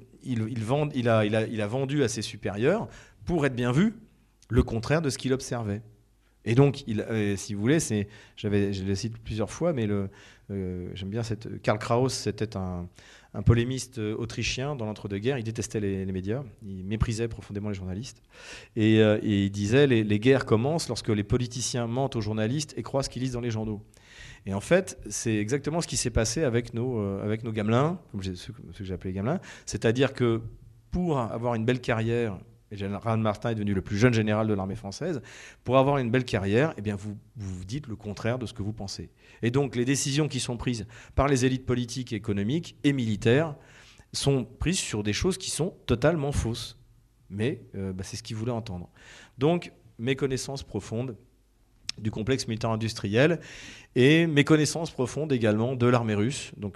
il a vendu à ses supérieurs pour être bien vu le contraire de ce qu'il observait. Et donc, si vous voulez, je le cite plusieurs fois, mais j'aime bien Karl Kraus, c'était un polémiste autrichien dans l'entre-deux-guerres. Il détestait les médias, il méprisait profondément les journalistes. Et il disait les guerres commencent lorsque les politiciens mentent aux journalistes et croient ce qu'ils lisent dans les journaux. Et en fait, c'est exactement ce qui s'est passé avec nos gamelins, ceux que j'ai appelés gamelins. C'est-à-dire que pour avoir une belle carrière, et le général Martin est devenu le plus jeune général de l'armée française, pour avoir une belle carrière, eh bien vous dites le contraire de ce que vous pensez. Et donc les décisions qui sont prises par les élites politiques, économiques et militaires sont prises sur des choses qui sont totalement fausses. Mais c'est ce qu'ils voulaient entendre. Donc méconnaissance profonde du complexe militaire industriel et méconnaissance profonde également de l'armée russe. Donc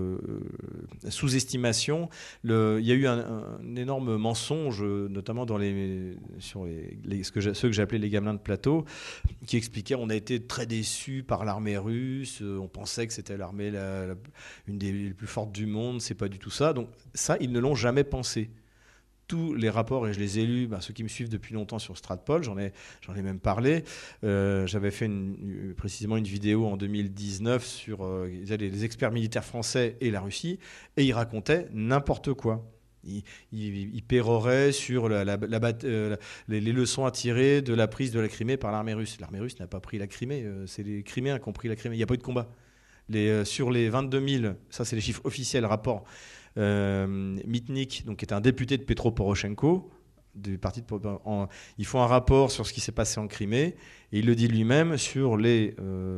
sous-estimation. Il y a eu un énorme mensonge, notamment sur ceux que j'appelais les gamelins de plateau, qui expliquaient on a été très déçus par l'armée russe, on pensait que c'était l'armée une des plus fortes du monde, c'est pas du tout ça. Donc ça, ils ne l'ont jamais pensé. Tous les rapports, et je les ai lus, ceux qui me suivent depuis longtemps sur Stratpol, j'en ai même parlé. J'avais fait précisément une vidéo en 2019 sur les experts militaires français et la Russie, et ils racontaient n'importe quoi. Ils péroraient sur les leçons à tirer de la prise de la Crimée par l'armée russe. L'armée russe n'a pas pris la Crimée, c'est les Criméens qui ont pris la Crimée. Il n'y a pas eu de combat. Sur les 22 000, ça c'est les chiffres officiels, rapport. Mitnick, donc, qui est un député de Petro Poroshenko, du parti il faut un rapport sur ce qui s'est passé en Crimée, et il le dit lui-même, sur les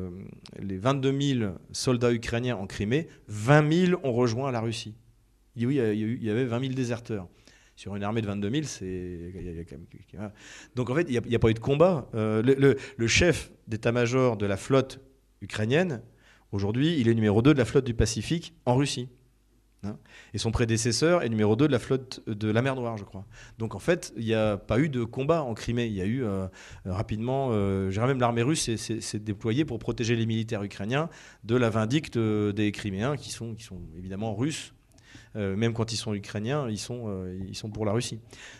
22 000 soldats ukrainiens en Crimée, 20 000 ont rejoint la Russie. Il dit oui, il y avait 20 000 déserteurs. Sur une armée de 22 000, donc en fait, il n'y a pas eu de combat. Le chef d'état-major de la flotte ukrainienne, aujourd'hui, il est numéro 2 de la flotte du Pacifique en Russie. hein. Et son prédécesseur est numéro 2 de la flotte de la mer Noire, je crois. Donc en fait, il n'y a pas eu de combat en Crimée. Il y a eu rapidement, je dirais même l'armée russe s'est déployée pour protéger les militaires ukrainiens de la vindicte des Criméens qui sont évidemment russes. Même quand ils sont ukrainiens, ils sont pour la Russie.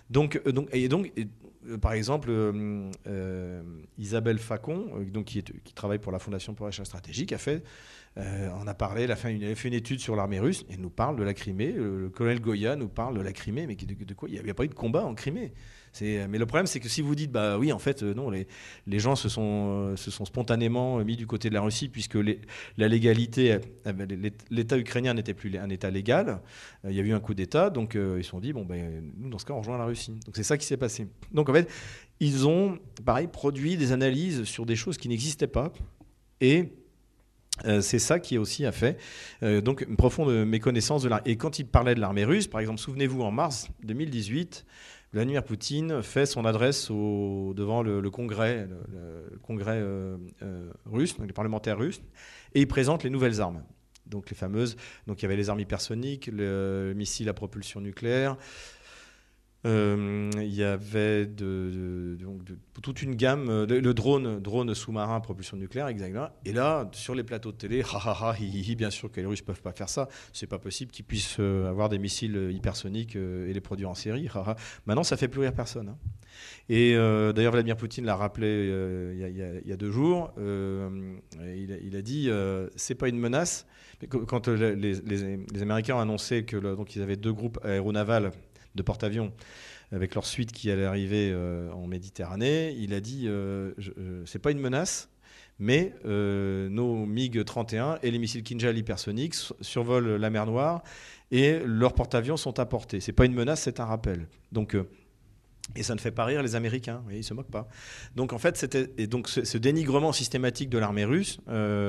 Par exemple, Isabelle Facon, qui travaille pour la Fondation pour l'achat stratégique, on a parlé, elle avait fait une étude sur l'armée russe et nous parle de la Crimée. Le colonel Goya nous parle de la Crimée, mais de quoi? Il n'y a pas eu de combat en Crimée. Mais le problème, c'est que si vous dites, bah oui, en fait, non, les gens se sont spontanément mis du côté de la Russie, puisque la légalité, l'État ukrainien n'était plus un État légal. Il y a eu un coup d'État, donc ils se sont dit, bon, ben, nous, dans ce cas, on rejoint la Russie. Donc c'est ça qui s'est passé. Donc en fait, ils ont, pareil, produit des analyses sur des choses qui n'existaient pas. Et c'est ça qui aussi a fait donc une profonde méconnaissance de l'armée. Et quand il parlait de l'armée russe, par exemple, souvenez-vous, en mars 2018, Vladimir Poutine fait son adresse devant le Congrès, le Congrès russe, donc les parlementaires russes, et il présente les nouvelles armes. Donc les fameuses, donc il y avait les armes hypersoniques, le missile à propulsion nucléaire. Il y avait toute une gamme, le drone sous-marin à propulsion nucléaire, exactement. Et là, sur les plateaux de télé, bien sûr que les Russes ne peuvent pas faire ça. C'est pas possible qu'ils puissent avoir des missiles hypersoniques et les produire en série. Maintenant, ça fait plus rire personne. Hein. Et d'ailleurs, Vladimir Poutine l'a rappelé il y a 2 jours. Il a dit c'est pas une menace. Quand les Américains ont annoncé donc ils avaient 2 groupes aéronavals de porte-avions avec leur suite qui allait arriver en Méditerranée, il a dit c'est pas une menace, mais nos MiG-31 et les missiles Kinjal hypersoniques survolent la mer Noire et leurs porte-avions sont à portée. C'est pas une menace, c'est un rappel. Donc et ça ne fait pas rire les Américains, ils ne se moquent pas. Donc en fait, ce dénigrement systématique de l'armée russe,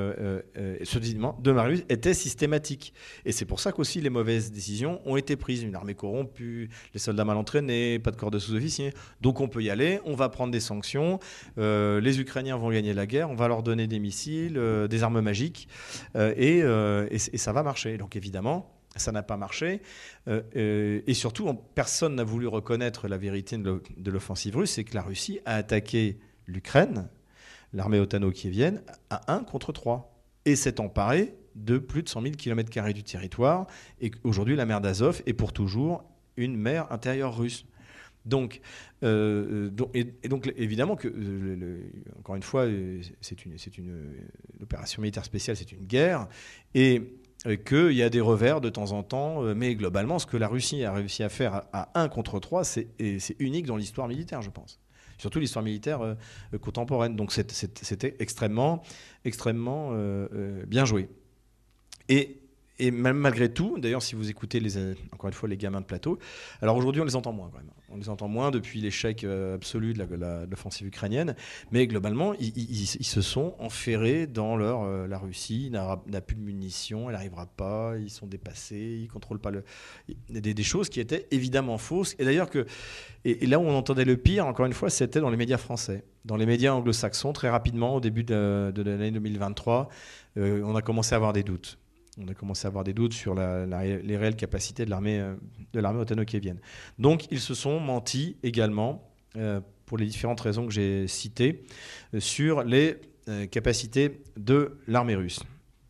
était systématique. Et c'est pour ça qu'aussi les mauvaises décisions ont été prises. Une armée corrompue, les soldats mal entraînés, pas de corps de sous-officiers. Donc on peut y aller, on va prendre des sanctions, les Ukrainiens vont gagner la guerre, on va leur donner des missiles, des armes magiques, et ça va marcher. Donc évidemment, ça n'a pas marché. Et surtout, personne n'a voulu reconnaître la vérité de l'offensive russe, c'est que la Russie a attaqué l'Ukraine, l'armée otano-kievienne, à 1 contre 3. Et s'est emparée de plus de 100 000 km² du territoire. Et aujourd'hui, la mer d'Azov est pour toujours une mer intérieure russe. Donc évidemment que, encore une fois, c'est une opération militaire spéciale, c'est une guerre. Et qu'il y a des revers de temps en temps, mais globalement, ce que la Russie a réussi à faire à 1 contre 3, c'est unique dans l'histoire militaire, je pense. Surtout l'histoire militaire contemporaine. Donc c'était extrêmement bien joué. Et même malgré tout, d'ailleurs, si vous écoutez encore une fois les gamins de plateau, alors aujourd'hui on les entend moins quand même. On les entend moins depuis l'échec absolu de l'offensive ukrainienne, mais globalement ils se sont enferrés dans la Russie n'a plus de munitions, elle n'arrivera pas, ils sont dépassés, ils contrôlent pas des choses qui étaient évidemment fausses. Et d'ailleurs et là où on entendait le pire, encore une fois, c'était dans les médias français, dans les médias anglo-saxons. Très rapidement, au début de l'année 2023, on a commencé à avoir des doutes. On a commencé à avoir des doutes sur les réelles capacités de l'armée otano-kievienne. Donc, ils se sont menti également, pour les différentes raisons que j'ai citées, sur les capacités de l'armée russe.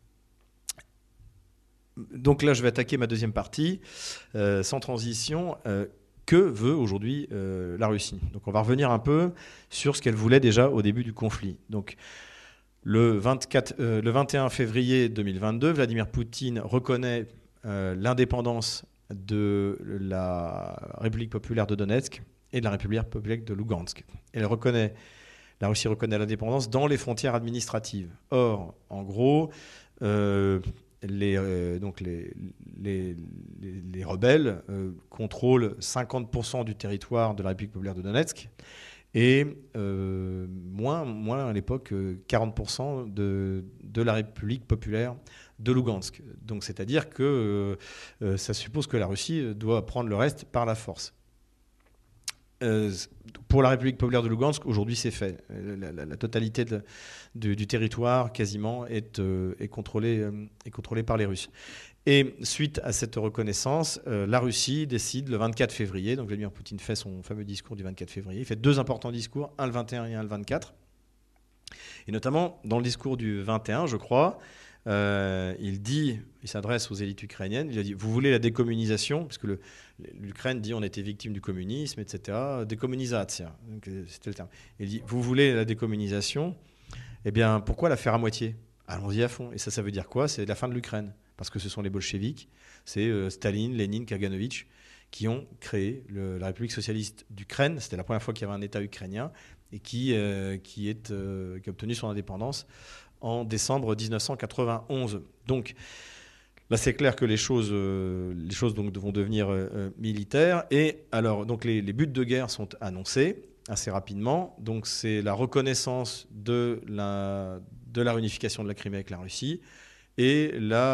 Donc là, je vais attaquer ma deuxième partie, sans transition. Que veut aujourd'hui la Russie? Donc, on va revenir un peu sur ce qu'elle voulait déjà au début du conflit. Donc, le 21 février 2022, Vladimir Poutine reconnaît l'indépendance de la République populaire de Donetsk et de la République populaire de Lugansk. La Russie reconnaît l'indépendance dans les frontières administratives. Or, en gros, les rebelles contrôlent 50% du territoire de la République populaire de Donetsk. Et moins à l'époque, 40% de la République populaire de Lugansk. Donc c'est-à-dire que ça suppose que la Russie doit prendre le reste par la force. Pour la République populaire de Lugansk, aujourd'hui, c'est fait. La totalité du territoire, quasiment, est contrôlée par les Russes. Et suite à cette reconnaissance, la Russie décide le 24 février, donc Vladimir Poutine fait son fameux discours du 24 février, il fait 2 importants discours, un le 21 et un le 24. Et notamment, dans le discours du 21, je crois, il s'adresse aux élites ukrainiennes, il a dit, vous voulez la décommunisation, parce que l'Ukraine dit on était victime du communisme, etc. Décommunisation, c'était le terme. Il dit, vous voulez la décommunisation, eh bien pourquoi la faire à moitié? Allons-y à fond. Et ça veut dire quoi? C'est la fin de l'Ukraine. Parce que ce sont les bolcheviks, c'est Staline, Lénine, Kaganovitch, qui ont créé la République socialiste d'Ukraine. C'était la première fois qu'il y avait un État ukrainien et qui a obtenu son indépendance en décembre 1991. Donc là, c'est clair que les choses donc, vont devenir militaires. Et alors, donc les buts de guerre sont annoncés assez rapidement. Donc c'est la reconnaissance de la réunification de la Crimée avec la Russie et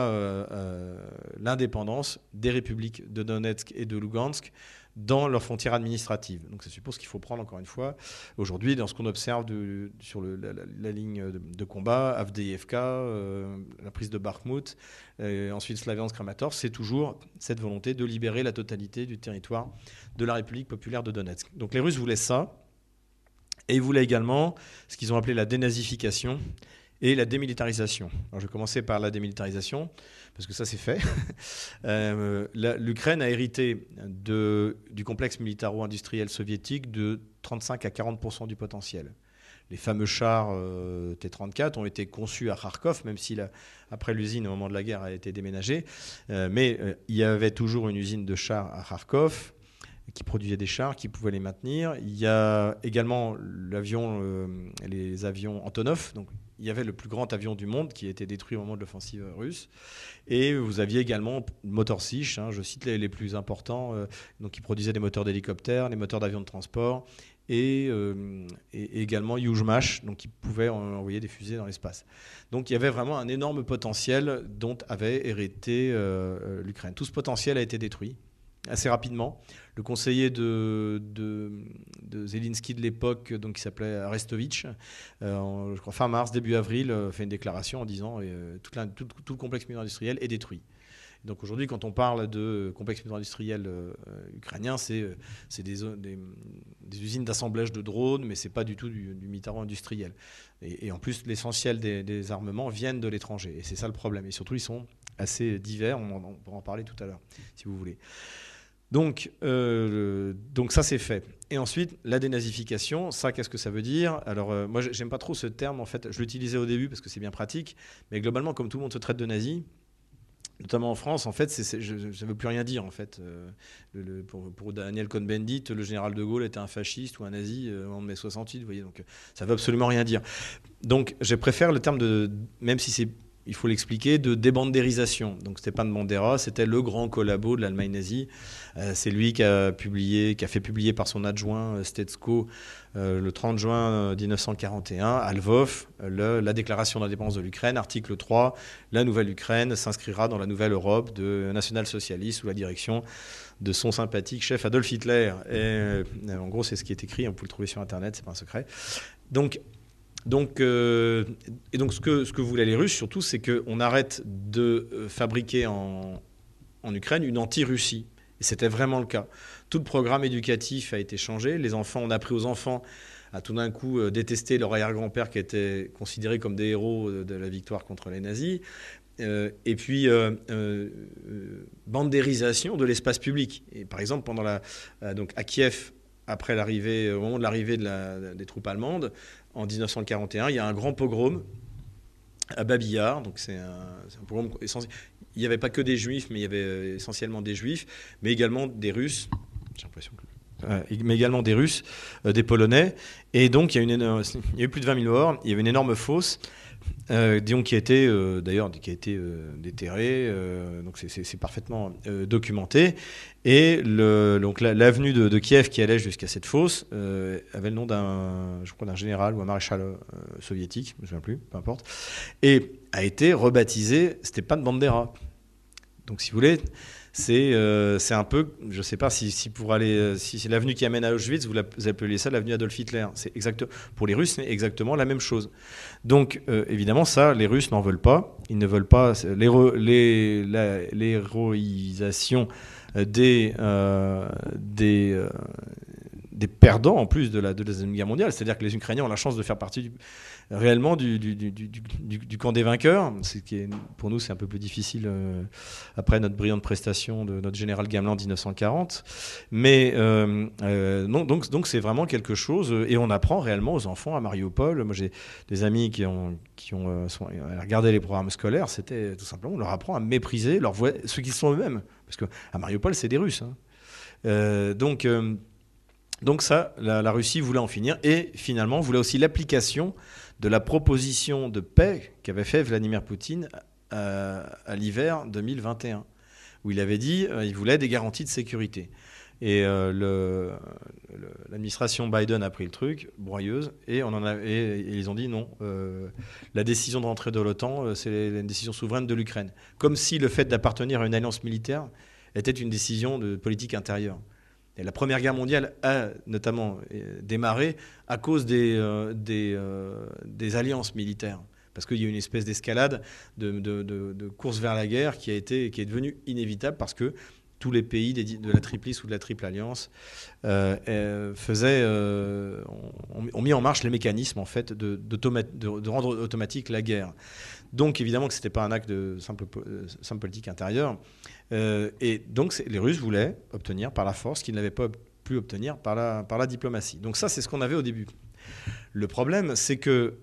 l'indépendance des républiques de Donetsk et de Lugansk dans leurs frontières administratives. Donc ça suppose qu'il faut prendre, encore une fois, aujourd'hui, dans ce qu'on observe sur la ligne de combat, Avdiivka, la prise de Bakhmut, ensuite Slaviansk-Kramatorsk, c'est toujours cette volonté de libérer la totalité du territoire de la République populaire de Donetsk. Donc les Russes voulaient ça, et ils voulaient également ce qu'ils ont appelé la dénazification et la démilitarisation. Alors je vais commencer par la démilitarisation, parce que ça c'est fait. L'Ukraine a hérité du complexe militaro-industriel soviétique de 35 à 40% du potentiel. Les fameux chars T-34 ont été conçus à Kharkov, même si après l'usine, au moment de la guerre, a été déménagée. Mais il y avait toujours une usine de chars à Kharkov qui produisait des chars, qui pouvaient les maintenir. Il y a également les avions Antonov. Donc, il y avait le plus grand avion du monde qui a été détruit au moment de l'offensive russe. Et vous aviez également le moteur Sich, je cite les plus importants, donc qui produisaient des moteurs d'hélicoptères, des moteurs d'avions de transport, et également Yuzhmash, donc qui pouvait envoyer des fusées dans l'espace. Donc il y avait vraiment un énorme potentiel dont avait hérité l'Ukraine. Tout ce potentiel a été détruit assez rapidement. Le conseiller de Zelensky de l'époque, donc qui s'appelait Arestovitch, je crois fin mars, début avril, fait une déclaration en disant tout le complexe militaire industriel est détruit. Donc aujourd'hui, quand on parle de complexe militaire industriel ukrainien, c'est des usines d'assemblage de drones, mais c'est pas du tout du militaro-industriel. Et en plus, l'essentiel des armements viennent de l'étranger. Et c'est ça le problème. Et surtout, ils sont assez divers. On pourra en parler tout à l'heure, si vous voulez. Donc ça, c'est fait. Et ensuite, la dénazification, ça, qu'est-ce que ça veut dire? Alors, moi, j'aime pas trop ce terme, en fait. Je l'utilisais au début parce que c'est bien pratique. Mais globalement, comme tout le monde se traite de nazi, notamment en France, en fait, ça ne veut plus rien dire, en fait. Pour Daniel Cohn-Bendit, le général de Gaulle était un fasciste ou un nazi en mai 68, vous voyez. Donc, ça ne veut absolument rien dire. Donc, je préfère le terme même si c'est, il faut l'expliquer, de débandérisation. Donc Stepan Bandera, c'était le grand collabo de l'Allemagne nazie. C'est lui qui a fait publier par son adjoint Stetsko le 30 juin 1941 à Lvov la déclaration d'indépendance de l'Ukraine, article 3, la nouvelle Ukraine s'inscrira dans la nouvelle Europe de national-socialiste sous la direction de son sympathique chef Adolf Hitler. Et en gros, c'est ce qui est écrit, on peut le trouver sur Internet, c'est pas un secret. Donc ce que voulaient les Russes, surtout, c'est qu'on arrête de fabriquer en Ukraine une anti-Russie. Et c'était vraiment le cas. Tout le programme éducatif a été changé. On a appris aux enfants à tout d'un coup détester leur arrière-grand-père qui était considéré comme des héros de la victoire contre les nazis. Et puis, bandérisation de l'espace public. Et par exemple, donc à Kiev, au moment de l'arrivée des troupes allemandes, en 1941, il y a un grand pogrom à Babi Yar. Donc c'est un pogrom essentiel. Il n'y avait pas que des juifs, mais il y avait essentiellement des juifs, mais également des Russes. J'ai l'impression mais également des Russes, des Polonais. Et donc il y a eu plus de 20 000 morts. Il y avait une énorme fosse. Qui a été déterrée, donc c'est parfaitement documenté. Et donc l'avenue de Kiev qui allait jusqu'à cette fosse avait le nom d'un général ou un maréchal soviétique, je ne me souviens plus, peu importe, et a été rebaptisé Stepan Bandera. Donc si vous voulez, C'est un peu, je ne sais pas si pour aller, si c'est l'avenue qui amène à Auschwitz, vous appelez ça l'avenue Adolf Hitler. C'est exactement, pour les Russes, c'est exactement la même chose. Donc évidemment, ça, les Russes n'en veulent pas. Ils ne veulent pas l'héroïsation des perdants en plus de la Deuxième Guerre mondiale. C'est-à-dire que les Ukrainiens ont la chance de faire partie réellement du camp des vainqueurs. Pour nous, c'est un peu plus difficile après notre brillante prestation de notre général Gamelin en 1940. Mais non, donc c'est vraiment quelque chose. Et on apprend réellement aux enfants à Mariupol. Moi, j'ai des amis qui ont regardé les programmes scolaires. C'était tout simplement, on leur apprend à mépriser ceux qui sont eux-mêmes. Parce qu'à Mariupol, c'est des Russes. Hein. Donc ça, la Russie voulait en finir et finalement voulait aussi l'application de la proposition de paix qu'avait fait Vladimir Poutine à l'hiver 2021, où il avait dit qu'il voulait des garanties de sécurité. Et l'administration Biden a pris le truc, broyeuse, et ils ont dit non, la décision de rentrer de l'OTAN, c'est une décision souveraine de l'Ukraine. Comme si le fait d'appartenir à une alliance militaire était une décision de politique intérieure. Et la Première Guerre mondiale a notamment démarré à cause des alliances militaires. Parce qu'il y a eu une espèce d'escalade de course vers la guerre qui est devenue inévitable parce que tous les pays de la Triplice ou de la Triple Alliance ont mis en marche les mécanismes en fait, de rendre automatique la guerre. Donc évidemment que ce n'était pas un acte de simple politique intérieure. Et donc les Russes voulaient obtenir par la force ce qu'ils n'avaient pas pu obtenir par la diplomatie. Donc ça, c'est ce qu'on avait au début. Le problème, c'est que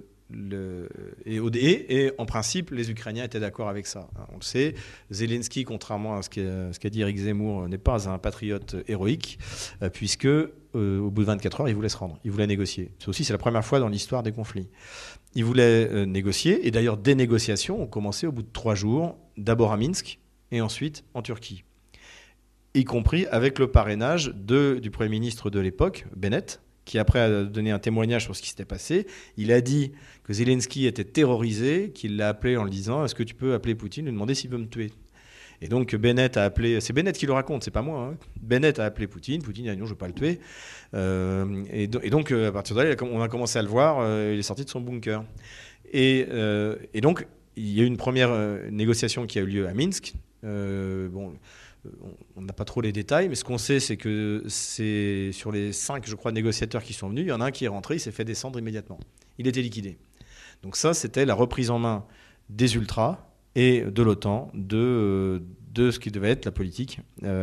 en principe, les Ukrainiens étaient d'accord avec ça. On le sait, Zelensky, contrairement à ce qu'a dit Éric Zemmour, n'est pas un patriote héroïque, puisque au bout de 24 heures, il voulait se rendre, il voulait négocier. C'est la première fois dans l'histoire des conflits. Il voulait négocier, et d'ailleurs des négociations ont commencé au bout de 3 jours, d'abord à Minsk, et ensuite en Turquie, y compris avec le parrainage du Premier ministre de l'époque, Bennett, qui après a donné un témoignage sur ce qui s'était passé. Il a dit que Zelensky était terrorisé, qu'il l'a appelé en lui disant « Est-ce que tu peux appeler Poutine et lui demander s'il veut me tuer ?» Et donc Bennett a appelé, c'est Bennett qui le raconte, c'est pas moi, hein. Bennett a appelé Poutine a dit « Non, je ne veux pas le tuer ». Et donc à partir de là, on a commencé à le voir, il est sorti de son bunker. Et donc il y a eu une première négociation qui a eu lieu à Minsk. On n'a pas trop les détails, mais ce qu'on sait, c'est que sur les 5, je crois, négociateurs qui sont venus, il y en a un qui est rentré, il s'est fait descendre immédiatement. Il était liquidé. Donc ça, c'était la reprise en main des ultras et de l'OTAN, de ce qui devait être la politique,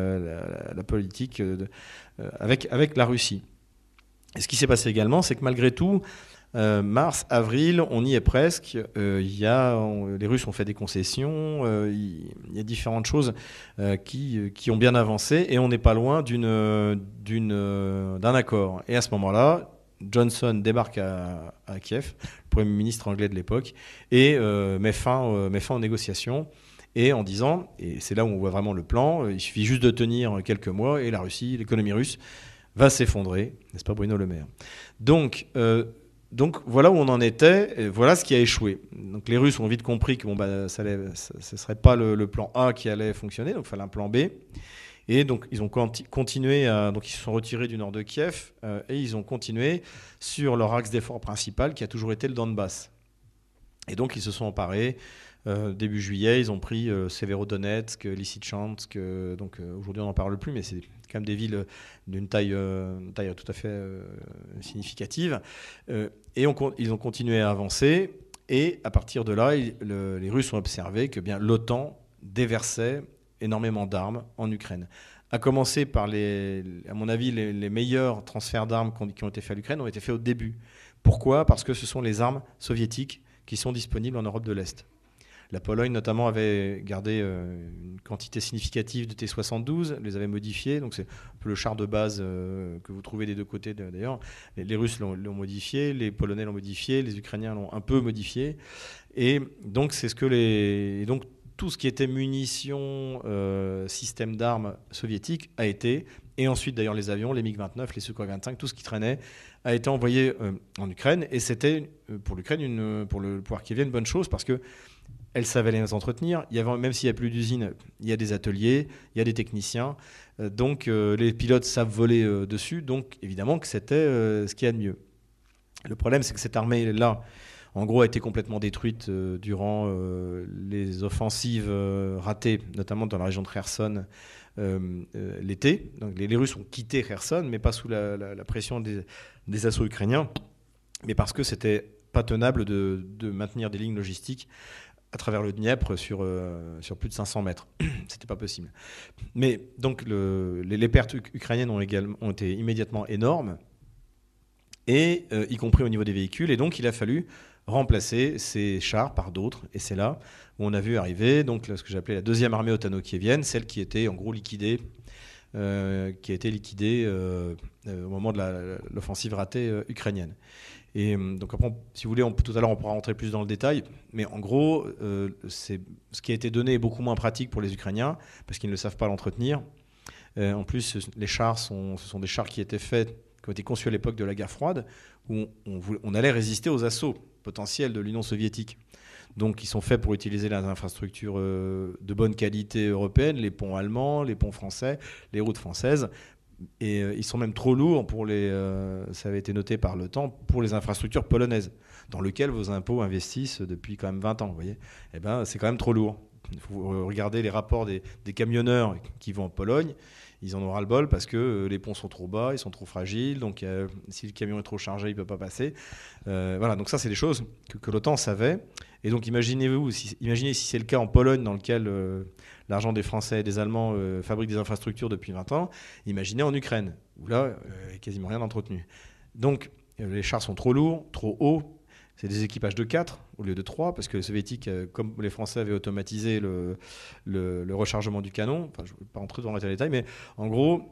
avec la Russie. Et ce qui s'est passé également, c'est que malgré tout, mars, avril, on y est presque. Les Russes ont fait des concessions. Il y a différentes choses qui ont bien avancé et on n'est pas loin d'un accord. Et à ce moment-là, Johnson débarque à Kiev, le Premier ministre anglais de l'époque, et met fin aux négociations. Et en disant, et c'est là où on voit vraiment le plan, il suffit juste de tenir quelques mois et la Russie, l'économie russe, va s'effondrer, n'est-ce pas Bruno Le Maire ? Donc voilà où on en était, et voilà ce qui a échoué. Donc les Russes ont vite compris que ce ne serait pas le plan A qui allait fonctionner, donc il fallait un plan B. Et donc ils ont continué, donc ils se sont retirés du nord de Kiev et ils ont continué sur leur axe d'effort principal qui a toujours été le Donbass. Et donc ils se sont emparés. Début juillet, ils ont pris Severodonetsk, Lysychansk. Donc aujourd'hui on n'en parle plus, mais c'est quand même des villes d'une taille tout à fait significative. Et ils ont continué à avancer. Et à partir de là, les Russes ont observé que bien l'OTAN déversait énormément d'armes en Ukraine. À commencer par à mon avis, les meilleurs transferts d'armes qui ont été faits à l'Ukraine ont été faits au début. Pourquoi ? Parce que ce sont les armes soviétiques qui sont disponibles en Europe de l'Est. La Pologne, notamment, avait gardé une quantité significative de T-72, les avait modifiés. Donc, c'est un peu le char de base que vous trouvez des deux côtés, d'ailleurs. Les Russes l'ont modifié, les Polonais l'ont modifié, les Ukrainiens l'ont un peu modifié. Et donc, donc tout ce qui était munitions, système d'armes soviétiques a été, et ensuite, d'ailleurs, les avions, les MiG-29, les Sukhoi 25, tout ce qui traînait, a été envoyé en Ukraine. Et c'était, pour l'Ukraine, pour le pouvoir kievien, une bonne chose, parce que elle savait les entretenir. Même s'il n'y a plus d'usine, il y a des ateliers, il y a des techniciens. Donc les pilotes savent voler dessus. Donc évidemment que c'était ce qu'il y a de mieux. Le problème, c'est que cette armée-là, en gros, a été complètement détruite durant les offensives ratées, notamment dans la région de Kherson l'été. Donc les Russes ont quitté Kherson, mais pas sous la pression des assauts ukrainiens, mais parce que c'était pas tenable de maintenir des lignes logistiques à travers le Dniepr sur plus de 500 mètres. C'était pas possible. Mais donc les pertes ukrainiennes ont été immédiatement énormes, et y compris au niveau des véhicules. Et donc il a fallu remplacer ces chars par d'autres. Et c'est là où on a vu arriver donc, ce que j'appelais la deuxième armée otano-kievienne, celle qui était en gros liquidée, qui a été liquidée au moment de l'offensive ratée ukrainienne. Et donc après, si vous voulez, tout à l'heure on pourra rentrer plus dans le détail, mais en gros, ce qui a été donné est beaucoup moins pratique pour les Ukrainiens, parce qu'ils ne savent pas l'entretenir. En plus, les chars, ce sont des chars qui ont été conçus à l'époque de la guerre froide, où on allait résister aux assauts potentiels de l'Union soviétique. Donc ils sont faits pour utiliser les infrastructures de bonne qualité européennes, les ponts allemands, les ponts français, les routes françaises. Et ils sont même trop lourds ça avait été noté par l'OTAN, pour les infrastructures polonaises, dans lesquelles vos impôts investissent depuis quand même 20 ans. Vous voyez, c'est quand même trop lourd. Il faut regarder les rapports des camionneurs qui vont en Pologne. Ils en ont ras-le-bol parce que les ponts sont trop bas, ils sont trop fragiles. Donc si le camion est trop chargé, il ne peut pas passer. Voilà, donc ça, c'est des choses que l'OTAN savait. Et donc imaginez si c'est le cas en Pologne, dans lequel l'argent des Français et des Allemands fabrique des infrastructures depuis 20 ans. Imaginez en Ukraine, où là, il n'y a quasiment rien d'entretenu. Donc les chars sont trop lourds, trop hauts. C'est des équipages de 4 au lieu de 3, parce que les Soviétiques, comme les Français avaient automatisé le rechargement du canon, enfin, je ne vais pas rentrer dans les détails, mais en gros,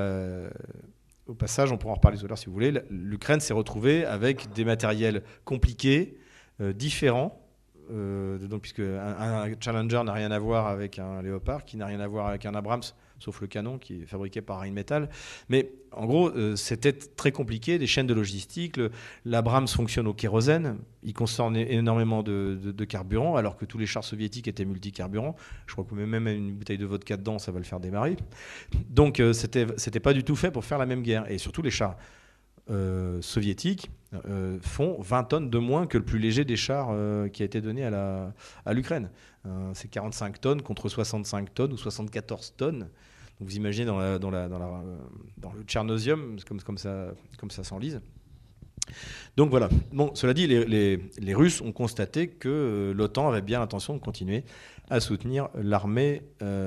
au passage, on pourra en reparler tout à l'heure si vous voulez, l'Ukraine s'est retrouvée avec des matériels compliqués, différents, donc, puisque un Challenger n'a rien à voir avec un Léopard, qui n'a rien à voir avec un Abrams, sauf le canon qui est fabriqué par Rheinmetall. Mais en gros, c'était très compliqué, des chaînes de logistique. L'Abrams fonctionne au kérosène, il consomme énormément de carburant, alors que tous les chars soviétiques étaient multicarburants. Je crois que même une bouteille de vodka dedans, ça va le faire démarrer. Donc c'était pas du tout fait pour faire la même guerre. Et surtout, les chars soviétiques font 20 tonnes de moins que le plus léger des chars qui a été donné à l'Ukraine. C'est 45 tonnes contre 65 tonnes ou 74 tonnes. Donc vous imaginez dans le tchernosium, comme ça s'enlise. Donc voilà. Bon, cela dit, les Russes ont constaté que l'OTAN avait bien l'intention de continuer à soutenir l'armée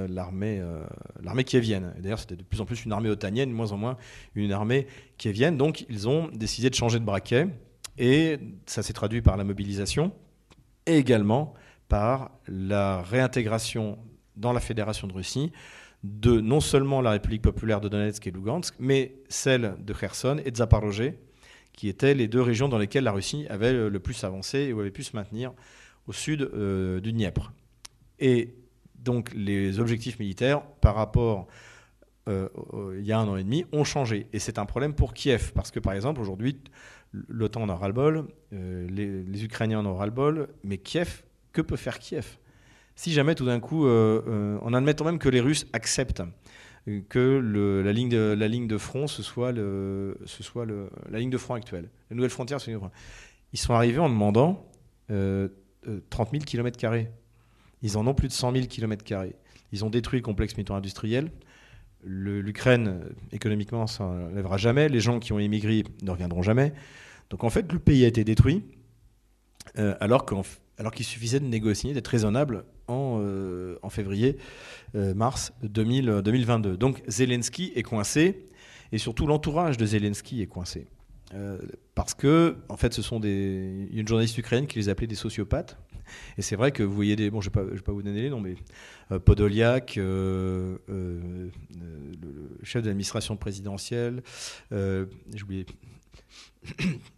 kievienne. D'ailleurs, c'était de plus en plus une armée otanienne, de moins en moins une armée kievienne. Donc ils ont décidé de changer de braquet, et ça s'est traduit par la mobilisation et également par la réintégration dans la Fédération de Russie de non seulement la République populaire de Donetsk et Lugansk, mais celle de Kherson et de Zaporozhye, qui étaient les deux régions dans lesquelles la Russie avait le plus avancé et où elle avait pu se maintenir au sud du Dniepr. Et donc les objectifs militaires par rapport il y a 1 an et demi ont changé. Et c'est un problème pour Kiev, parce que par exemple aujourd'hui, l'OTAN en a ras-le-bol, les Ukrainiens en ont ras-le-bol, mais Kiev, que peut faire Kiev ? Si jamais tout d'un coup, en admettant même que les Russes acceptent que la ligne de front ce soit la ligne de front actuelle, la nouvelle frontière, c'est ils sont arrivés en demandant 30 000 km². Ils en ont plus de 100 000 km². Ils ont détruit le complexe militaro-industriel. L'Ukraine, économiquement, ça ne lèvera jamais. Les gens qui ont émigré ne reviendront jamais. Donc en fait, le pays a été détruit, alors qu'il suffisait de négocier, d'être raisonnable en février-mars 2022. Donc Zelensky est coincé, et surtout l'entourage de Zelensky est coincé. Parce que, en fait, il y a une journaliste ukrainienne qui les appelait des sociopathes. Et c'est vrai que vous voyez je ne vais pas vous donner les noms, mais Podolyak, le chef de l'administration présidentielle, j'ai oublié,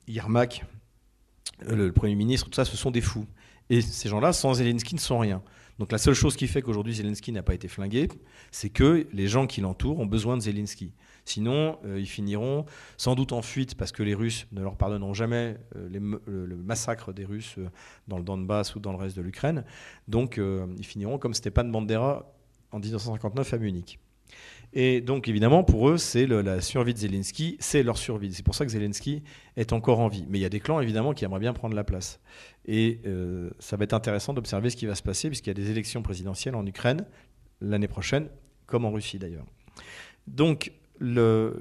Yermak, le Premier ministre, tout ça, ce sont des fous. Et ces gens-là, sans Zelensky, ne sont rien. Donc la seule chose qui fait qu'aujourd'hui Zelensky n'a pas été flingué, c'est que les gens qui l'entourent ont besoin de Zelensky. Sinon, ils finiront sans doute en fuite parce que les Russes ne leur pardonneront jamais le massacre des Russes dans le Donbass ou dans le reste de l'Ukraine. Donc ils finiront comme Stepan Bandera en 1959 à Munich. Et donc, évidemment, pour eux, c'est la survie de Zelensky, c'est leur survie. C'est pour ça que Zelensky est encore en vie. Mais il y a des clans, évidemment, qui aimeraient bien prendre la place. Et ça va être intéressant d'observer ce qui va se passer, puisqu'il y a des élections présidentielles en Ukraine l'année prochaine, comme en Russie d'ailleurs. Donc, le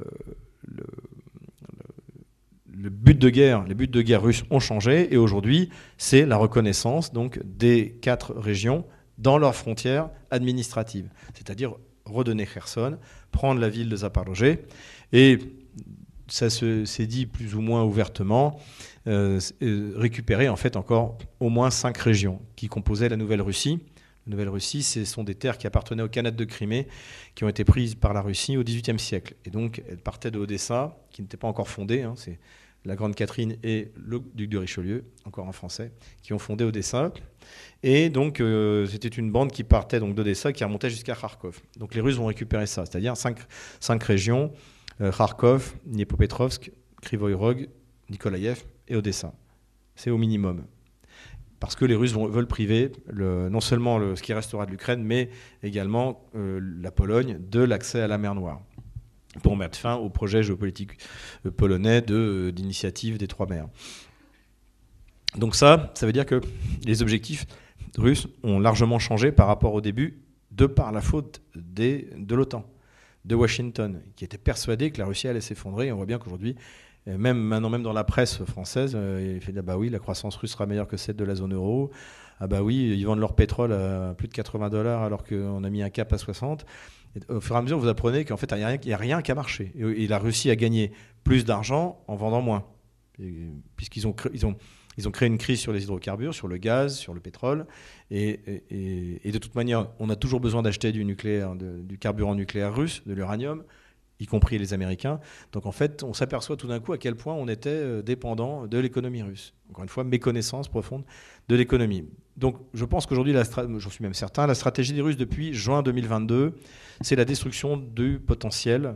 but de guerre, les buts de guerre russes ont changé. Et aujourd'hui, c'est la reconnaissance donc, des 4 régions dans leurs frontières administratives. C'est-à-dire redonner Kherson, prendre la ville de Zaporozhye, et ça s'est dit plus ou moins ouvertement, récupérer en fait encore au moins 5 régions qui composaient la Nouvelle-Russie. La Nouvelle-Russie, ce sont des terres qui appartenaient au Khanat de Crimée, qui ont été prises par la Russie au XVIIIe siècle. Et donc, elles partaient de Odessa, qui n'était pas encore fondée, hein, c'est la Grande Catherine et le duc de Richelieu, encore en français, qui ont fondé Odessa. Et donc, c'était une bande qui partait donc d'Odessa, qui remontait jusqu'à Kharkov. Donc, les Russes vont récupérer ça, c'est-à-dire 5 régions, Kharkov, Dniepropetrovsk, Kryvyi Rog, Nikolaïev et Odessa. C'est au minimum. Parce que les Russes veulent priver non seulement ce qui restera de l'Ukraine, mais également la Pologne de l'accès à la mer Noire, pour mettre fin au projet géopolitique polonais d'initiative des 3 mers. Donc ça veut dire que les objectifs russes ont largement changé par rapport au début, de par la faute de l'OTAN, de Washington, qui était persuadé que la Russie allait s'effondrer. Et on voit bien qu'aujourd'hui, maintenant même dans la presse française, il fait bah oui, la croissance russe sera meilleure que celle de la zone euro. Ah bah oui, ils vendent leur pétrole à plus de $80 alors qu'on a mis un cap à 60. Et au fur et à mesure, vous apprenez qu'en fait, il n'y a rien qui a marché. Et la Russie a gagné plus d'argent en vendant moins, puisqu'ils ont créé une crise sur les hydrocarbures, sur le gaz, sur le pétrole. Et de toute manière, on a toujours besoin d'acheter du nucléaire, du carburant nucléaire russe, de l'uranium, y compris les Américains. Donc en fait, on s'aperçoit tout d'un coup à quel point on était dépendant de l'économie russe. Encore une fois, méconnaissance profonde de l'économie. Donc je pense qu'aujourd'hui, j'en suis même certain, la stratégie des Russes depuis juin 2022, c'est la destruction du potentiel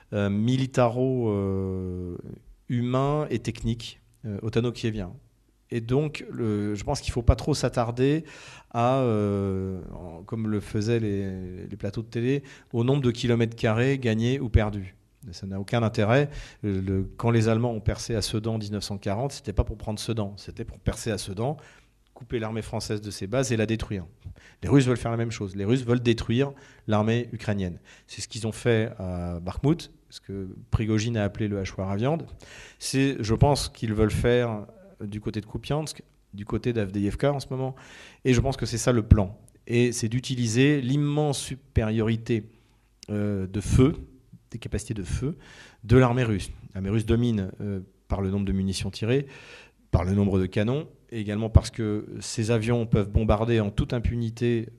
militaro-humain et technique otano-kievien. Et donc, je pense qu'il ne faut pas trop s'attarder à, comme le faisaient les plateaux de télé, au nombre de kilomètres carrés gagnés ou perdus. Ça n'a aucun intérêt. Quand les Allemands ont percé à Sedan en 1940, ce n'était pas pour prendre Sedan, c'était pour percer à Sedan, couper l'armée française de ses bases et la détruire. Les Russes veulent faire la même chose. Les Russes veulent détruire l'armée ukrainienne. C'est ce qu'ils ont fait à Bakhmout, ce que Prigojine a appelé le hachoir à viande. Je pense qu'ils veulent faire du côté de Kupiansk, du côté d'Avdiivka en ce moment. Et je pense que c'est ça le plan. Et c'est d'utiliser l'immense supériorité de feu, des capacités de feu, de l'armée russe. L'armée russe domine par le nombre de munitions tirées, par le nombre de canons, et également parce que ces avions peuvent bombarder en toute impunité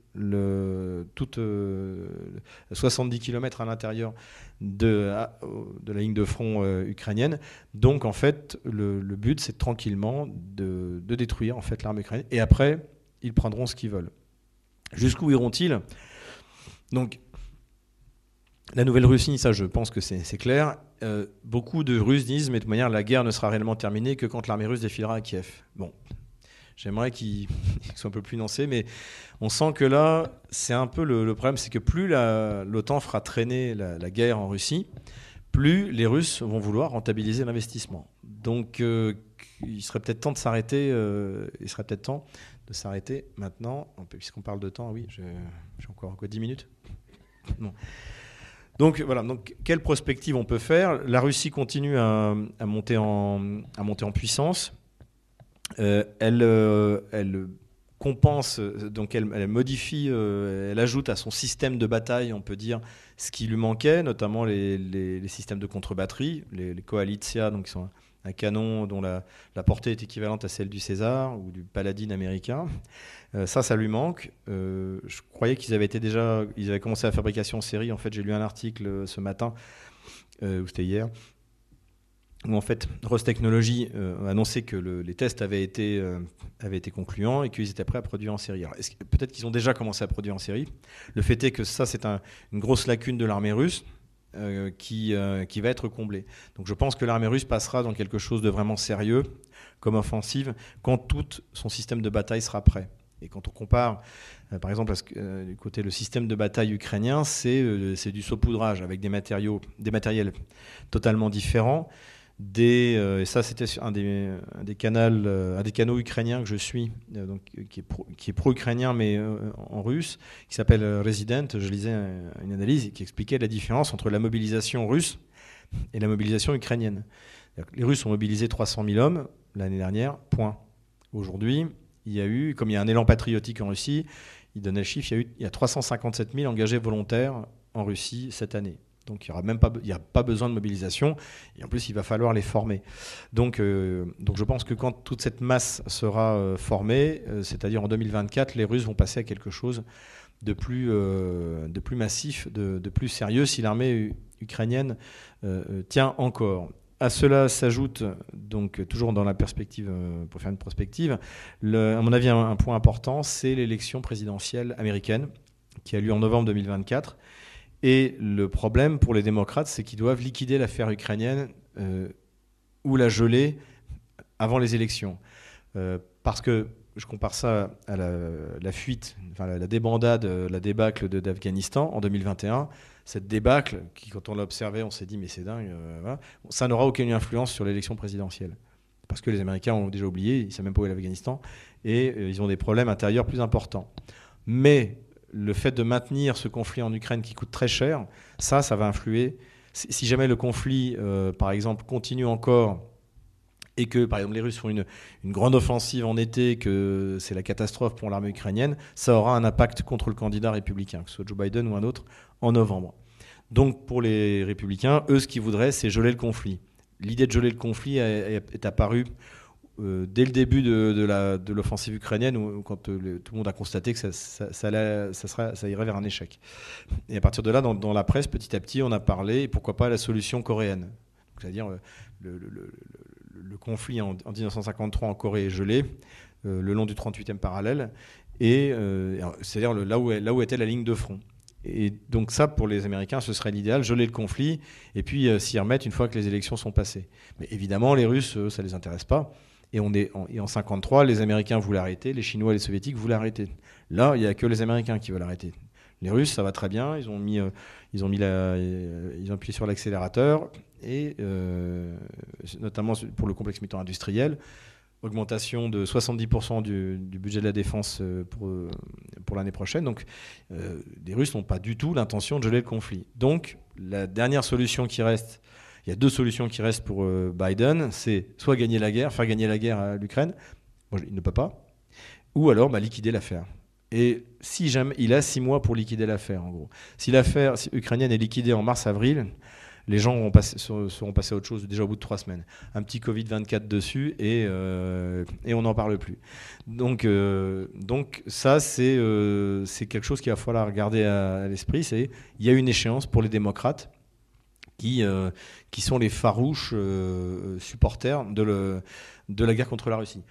70 km à l'intérieur de la ligne de front ukrainienne. Donc en fait, le but, c'est tranquillement de détruire en fait l'armée ukrainienne. Et après, ils prendront ce qu'ils veulent. Jusqu'où iront-ils ? Donc, la Nouvelle-Russie, ça je pense que c'est clair. Beaucoup de Russes disent, mais de toute manière, la guerre ne sera réellement terminée que quand l'armée russe défilera à Kiev. Bon, j'aimerais qu'ils soient un peu plus nuancés, mais on sent que là, c'est un peu le problème, c'est que plus l'OTAN fera traîner la guerre en Russie, plus les Russes vont vouloir rentabiliser l'investissement. Donc, il serait peut-être temps de s'arrêter. Il serait peut-être temps de s'arrêter maintenant, puisqu'on parle de temps. Oui, j'ai encore 10 minutes. Non. Donc voilà, quelle prospective on peut faire ? La Russie continue à monter en puissance. Elle compense, donc elle modifie, elle ajoute à son système de bataille, on peut dire, ce qui lui manquait, notamment les systèmes de contre-batterie, les Koalitsia, donc qui sont un canon dont la portée est équivalente à celle du César ou du Paladin américain. Ça lui manque. Je croyais qu'ils avaient commencé la fabrication en série. En fait, j'ai lu un article ce matin, ou c'était hier, où en fait Rostechnology a annoncé que les tests avaient été concluants et qu'ils étaient prêts à produire en série. Alors, peut-être qu'ils ont déjà commencé à produire en série. Le fait est que ça, c'est une grosse lacune de l'armée russe qui va être comblée. Donc je pense que l'armée russe passera dans quelque chose de vraiment sérieux comme offensive quand tout son système de bataille sera prêt. Et quand on compare, par exemple, du côté le système de bataille ukrainien, c'est du saupoudrage avec des matériels totalement différents. Et ça, c'était un des canaux ukrainiens que je suis, donc, qui est pro-ukrainien, mais en russe, qui s'appelle Resident. Je lisais une analyse qui expliquait la différence entre la mobilisation russe et la mobilisation ukrainienne. Les Russes ont mobilisé 300 000 hommes l'année dernière, point. Aujourd'hui, comme il y a un élan patriotique en Russie, il donnait le chiffre, il y a 357 000 engagés volontaires en Russie cette année. Donc il n'y a pas besoin de mobilisation, et en plus il va falloir les former. Donc je pense que quand toute cette masse sera formée, c'est-à-dire en 2024, les Russes vont passer à quelque chose de plus massif, de plus sérieux, si l'armée ukrainienne tient encore. À cela s'ajoute, donc toujours dans la perspective, pour faire une prospective, à mon avis un point important, c'est l'élection présidentielle américaine qui a lieu en novembre 2024. Et le problème pour les démocrates, c'est qu'ils doivent liquider l'affaire ukrainienne ou la geler avant les élections. Parce que je compare ça à la fuite, enfin la débandade, la débâcle d'Afghanistan en 2021. Cette débâcle, qui quand on l'a observée, on s'est dit mais c'est dingue, voilà. Ça n'aura aucune influence sur l'élection présidentielle. Parce que les Américains ont déjà oublié, ils ne savent même pas où est l'Afghanistan, et ils ont des problèmes intérieurs plus importants. Mais le fait de maintenir ce conflit en Ukraine qui coûte très cher, ça va influer. Si jamais le conflit, par exemple, continue encore et que, par exemple, les Russes font une grande offensive en été, que c'est la catastrophe pour l'armée ukrainienne, ça aura un impact contre le candidat républicain, que ce soit Joe Biden ou un autre, en novembre. Donc, pour les républicains, eux, ce qu'ils voudraient, c'est geler le conflit. L'idée de geler le conflit est apparue dès le début de l'offensive ukrainienne, où, quand tout le monde a constaté que ça irait vers un échec. Et à partir de là, dans la presse, petit à petit, on a parlé, pourquoi pas, la solution coréenne. C'est-à-dire le conflit en 1953 en Corée est gelé, le long du 38e parallèle, et c'est-à-dire là où était la ligne de front. Et donc ça, pour les Américains, ce serait l'idéal, geler le conflit, et puis s'y remettre une fois que les élections sont passées. Mais évidemment, les Russes, ça ne les intéresse pas. Et en 1953, les Américains voulaient arrêter, les Chinois et les Soviétiques voulaient arrêter. Là, il n'y a que les Américains qui veulent arrêter. Les Russes, ça va très bien, ils ont appuyé sur l'accélérateur, et notamment pour le complexe militaire industriel, augmentation de 70% du budget de la défense pour l'année prochaine. Donc les Russes n'ont pas du tout l'intention de geler le conflit. Donc la dernière solution qui reste, il y a deux solutions qui restent pour Biden, c'est soit faire gagner la guerre à l'Ukraine, il ne peut pas, ou alors liquider l'affaire. Et si jamais, il a 6 mois pour liquider l'affaire, en gros. Si l'affaire ukrainienne est liquidée en mars-avril, les gens seront passés à autre chose déjà au bout de 3 semaines. Un petit Covid-24 dessus et on n'en parle plus. Donc ça, c'est quelque chose qu'il va falloir garder à l'esprit. Il y a une échéance pour les démocrates qui sont les farouches supporters de la guerre contre la Russie.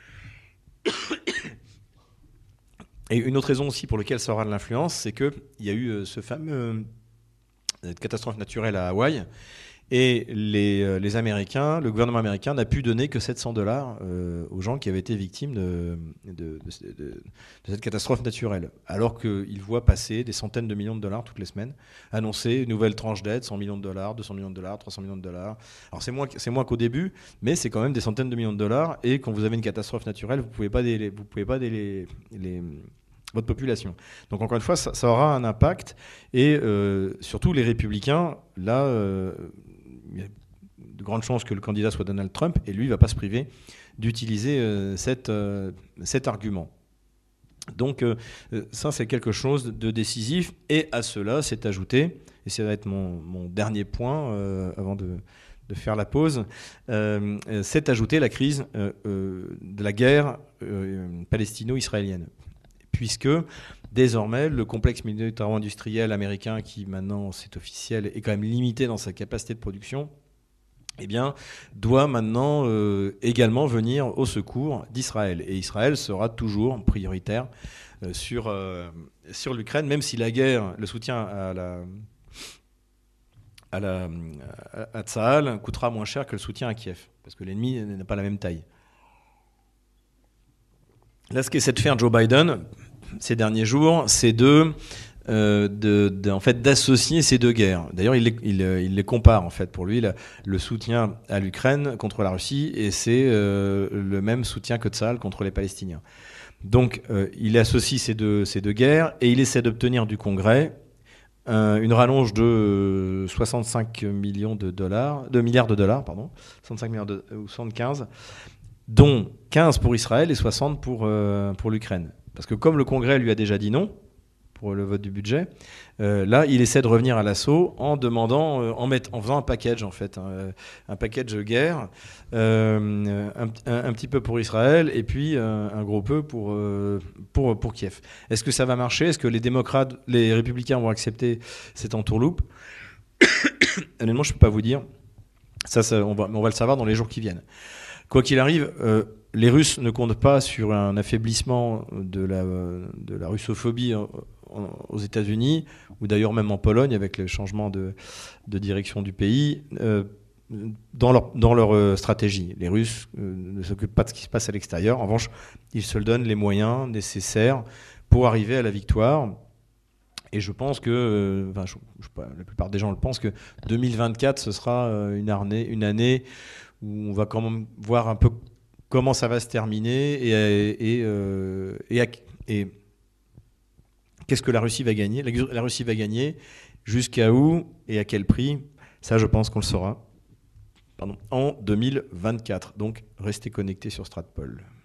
Et une autre raison aussi pour laquelle ça aura de l'influence, c'est qu'il y a eu ce fameux catastrophe naturelle à Hawaï, et les Américains, le gouvernement américain n'a pu donner que $700 aux gens qui avaient été victimes de cette catastrophe naturelle, alors qu'ils voient passer des centaines de millions de dollars toutes les semaines, annoncer une nouvelle tranche d'aide, $100 millions, $200 millions, $300 millions. Alors c'est moins qu'au début, mais c'est quand même des centaines de millions de dollars, et quand vous avez une catastrophe naturelle, vous pouvez pas aider votre population. Donc encore une fois, ça aura un impact, et surtout les républicains, là, il y a de grandes chances que le candidat soit Donald Trump, et lui ne va pas se priver d'utiliser cet argument. Donc ça, c'est quelque chose de décisif, et à cela s'est ajouté, et ça va être mon dernier point avant de faire la pause, s'est ajoutée la crise de la guerre palestino-israélienne. Puisque désormais, le complexe militaro-industriel américain, qui maintenant, c'est officiel, est quand même limité dans sa capacité de production, eh bien, doit maintenant également venir au secours d'Israël. Et Israël sera toujours prioritaire sur l'Ukraine, même si la guerre, le soutien à Tsahal coûtera moins cher que le soutien à Kiev, parce que l'ennemi n'a pas la même taille. Là, ce qu'essaie de faire Joe Biden ces derniers jours, c'est en fait, d'associer ces deux guerres. D'ailleurs, il les compare. En fait, pour lui, le soutien à l'Ukraine contre la Russie, et c'est le même soutien que Tsahal contre les Palestiniens. Donc, il associe ces deux guerres et il essaie d'obtenir du Congrès une rallonge de 65 milliards de dollars, 65 milliards ou 75, dont 15 pour Israël et 60 pour l'Ukraine. Parce que comme le Congrès lui a déjà dit non pour le vote du budget, là, il essaie de revenir à l'assaut en demandant, en faisant un package, en fait, un package guerre, un petit peu pour Israël et puis un gros peu pour Kiev. Est-ce que ça va marcher? Est-ce que les républicains vont accepter cette entourloupe? Honnêtement, je ne peux pas vous dire. Ça, on va le savoir dans les jours qui viennent. Quoi qu'il arrive, les Russes ne comptent pas sur un affaiblissement de la russophobie aux États-Unis, ou d'ailleurs même en Pologne, avec le changement de direction du pays, dans leur stratégie. Les Russes ne s'occupent pas de ce qui se passe à l'extérieur. En revanche, ils se donnent les moyens nécessaires pour arriver à la victoire. Et je pense que, la plupart des gens le pensent, que 2024, ce sera une année où on va quand même voir un peu comment ça va se terminer et qu'est-ce que la Russie va gagner. La Russie va gagner jusqu'à où et à quel prix. Ça, je pense qu'on le saura en 2024. Donc, restez connectés sur Stratpol.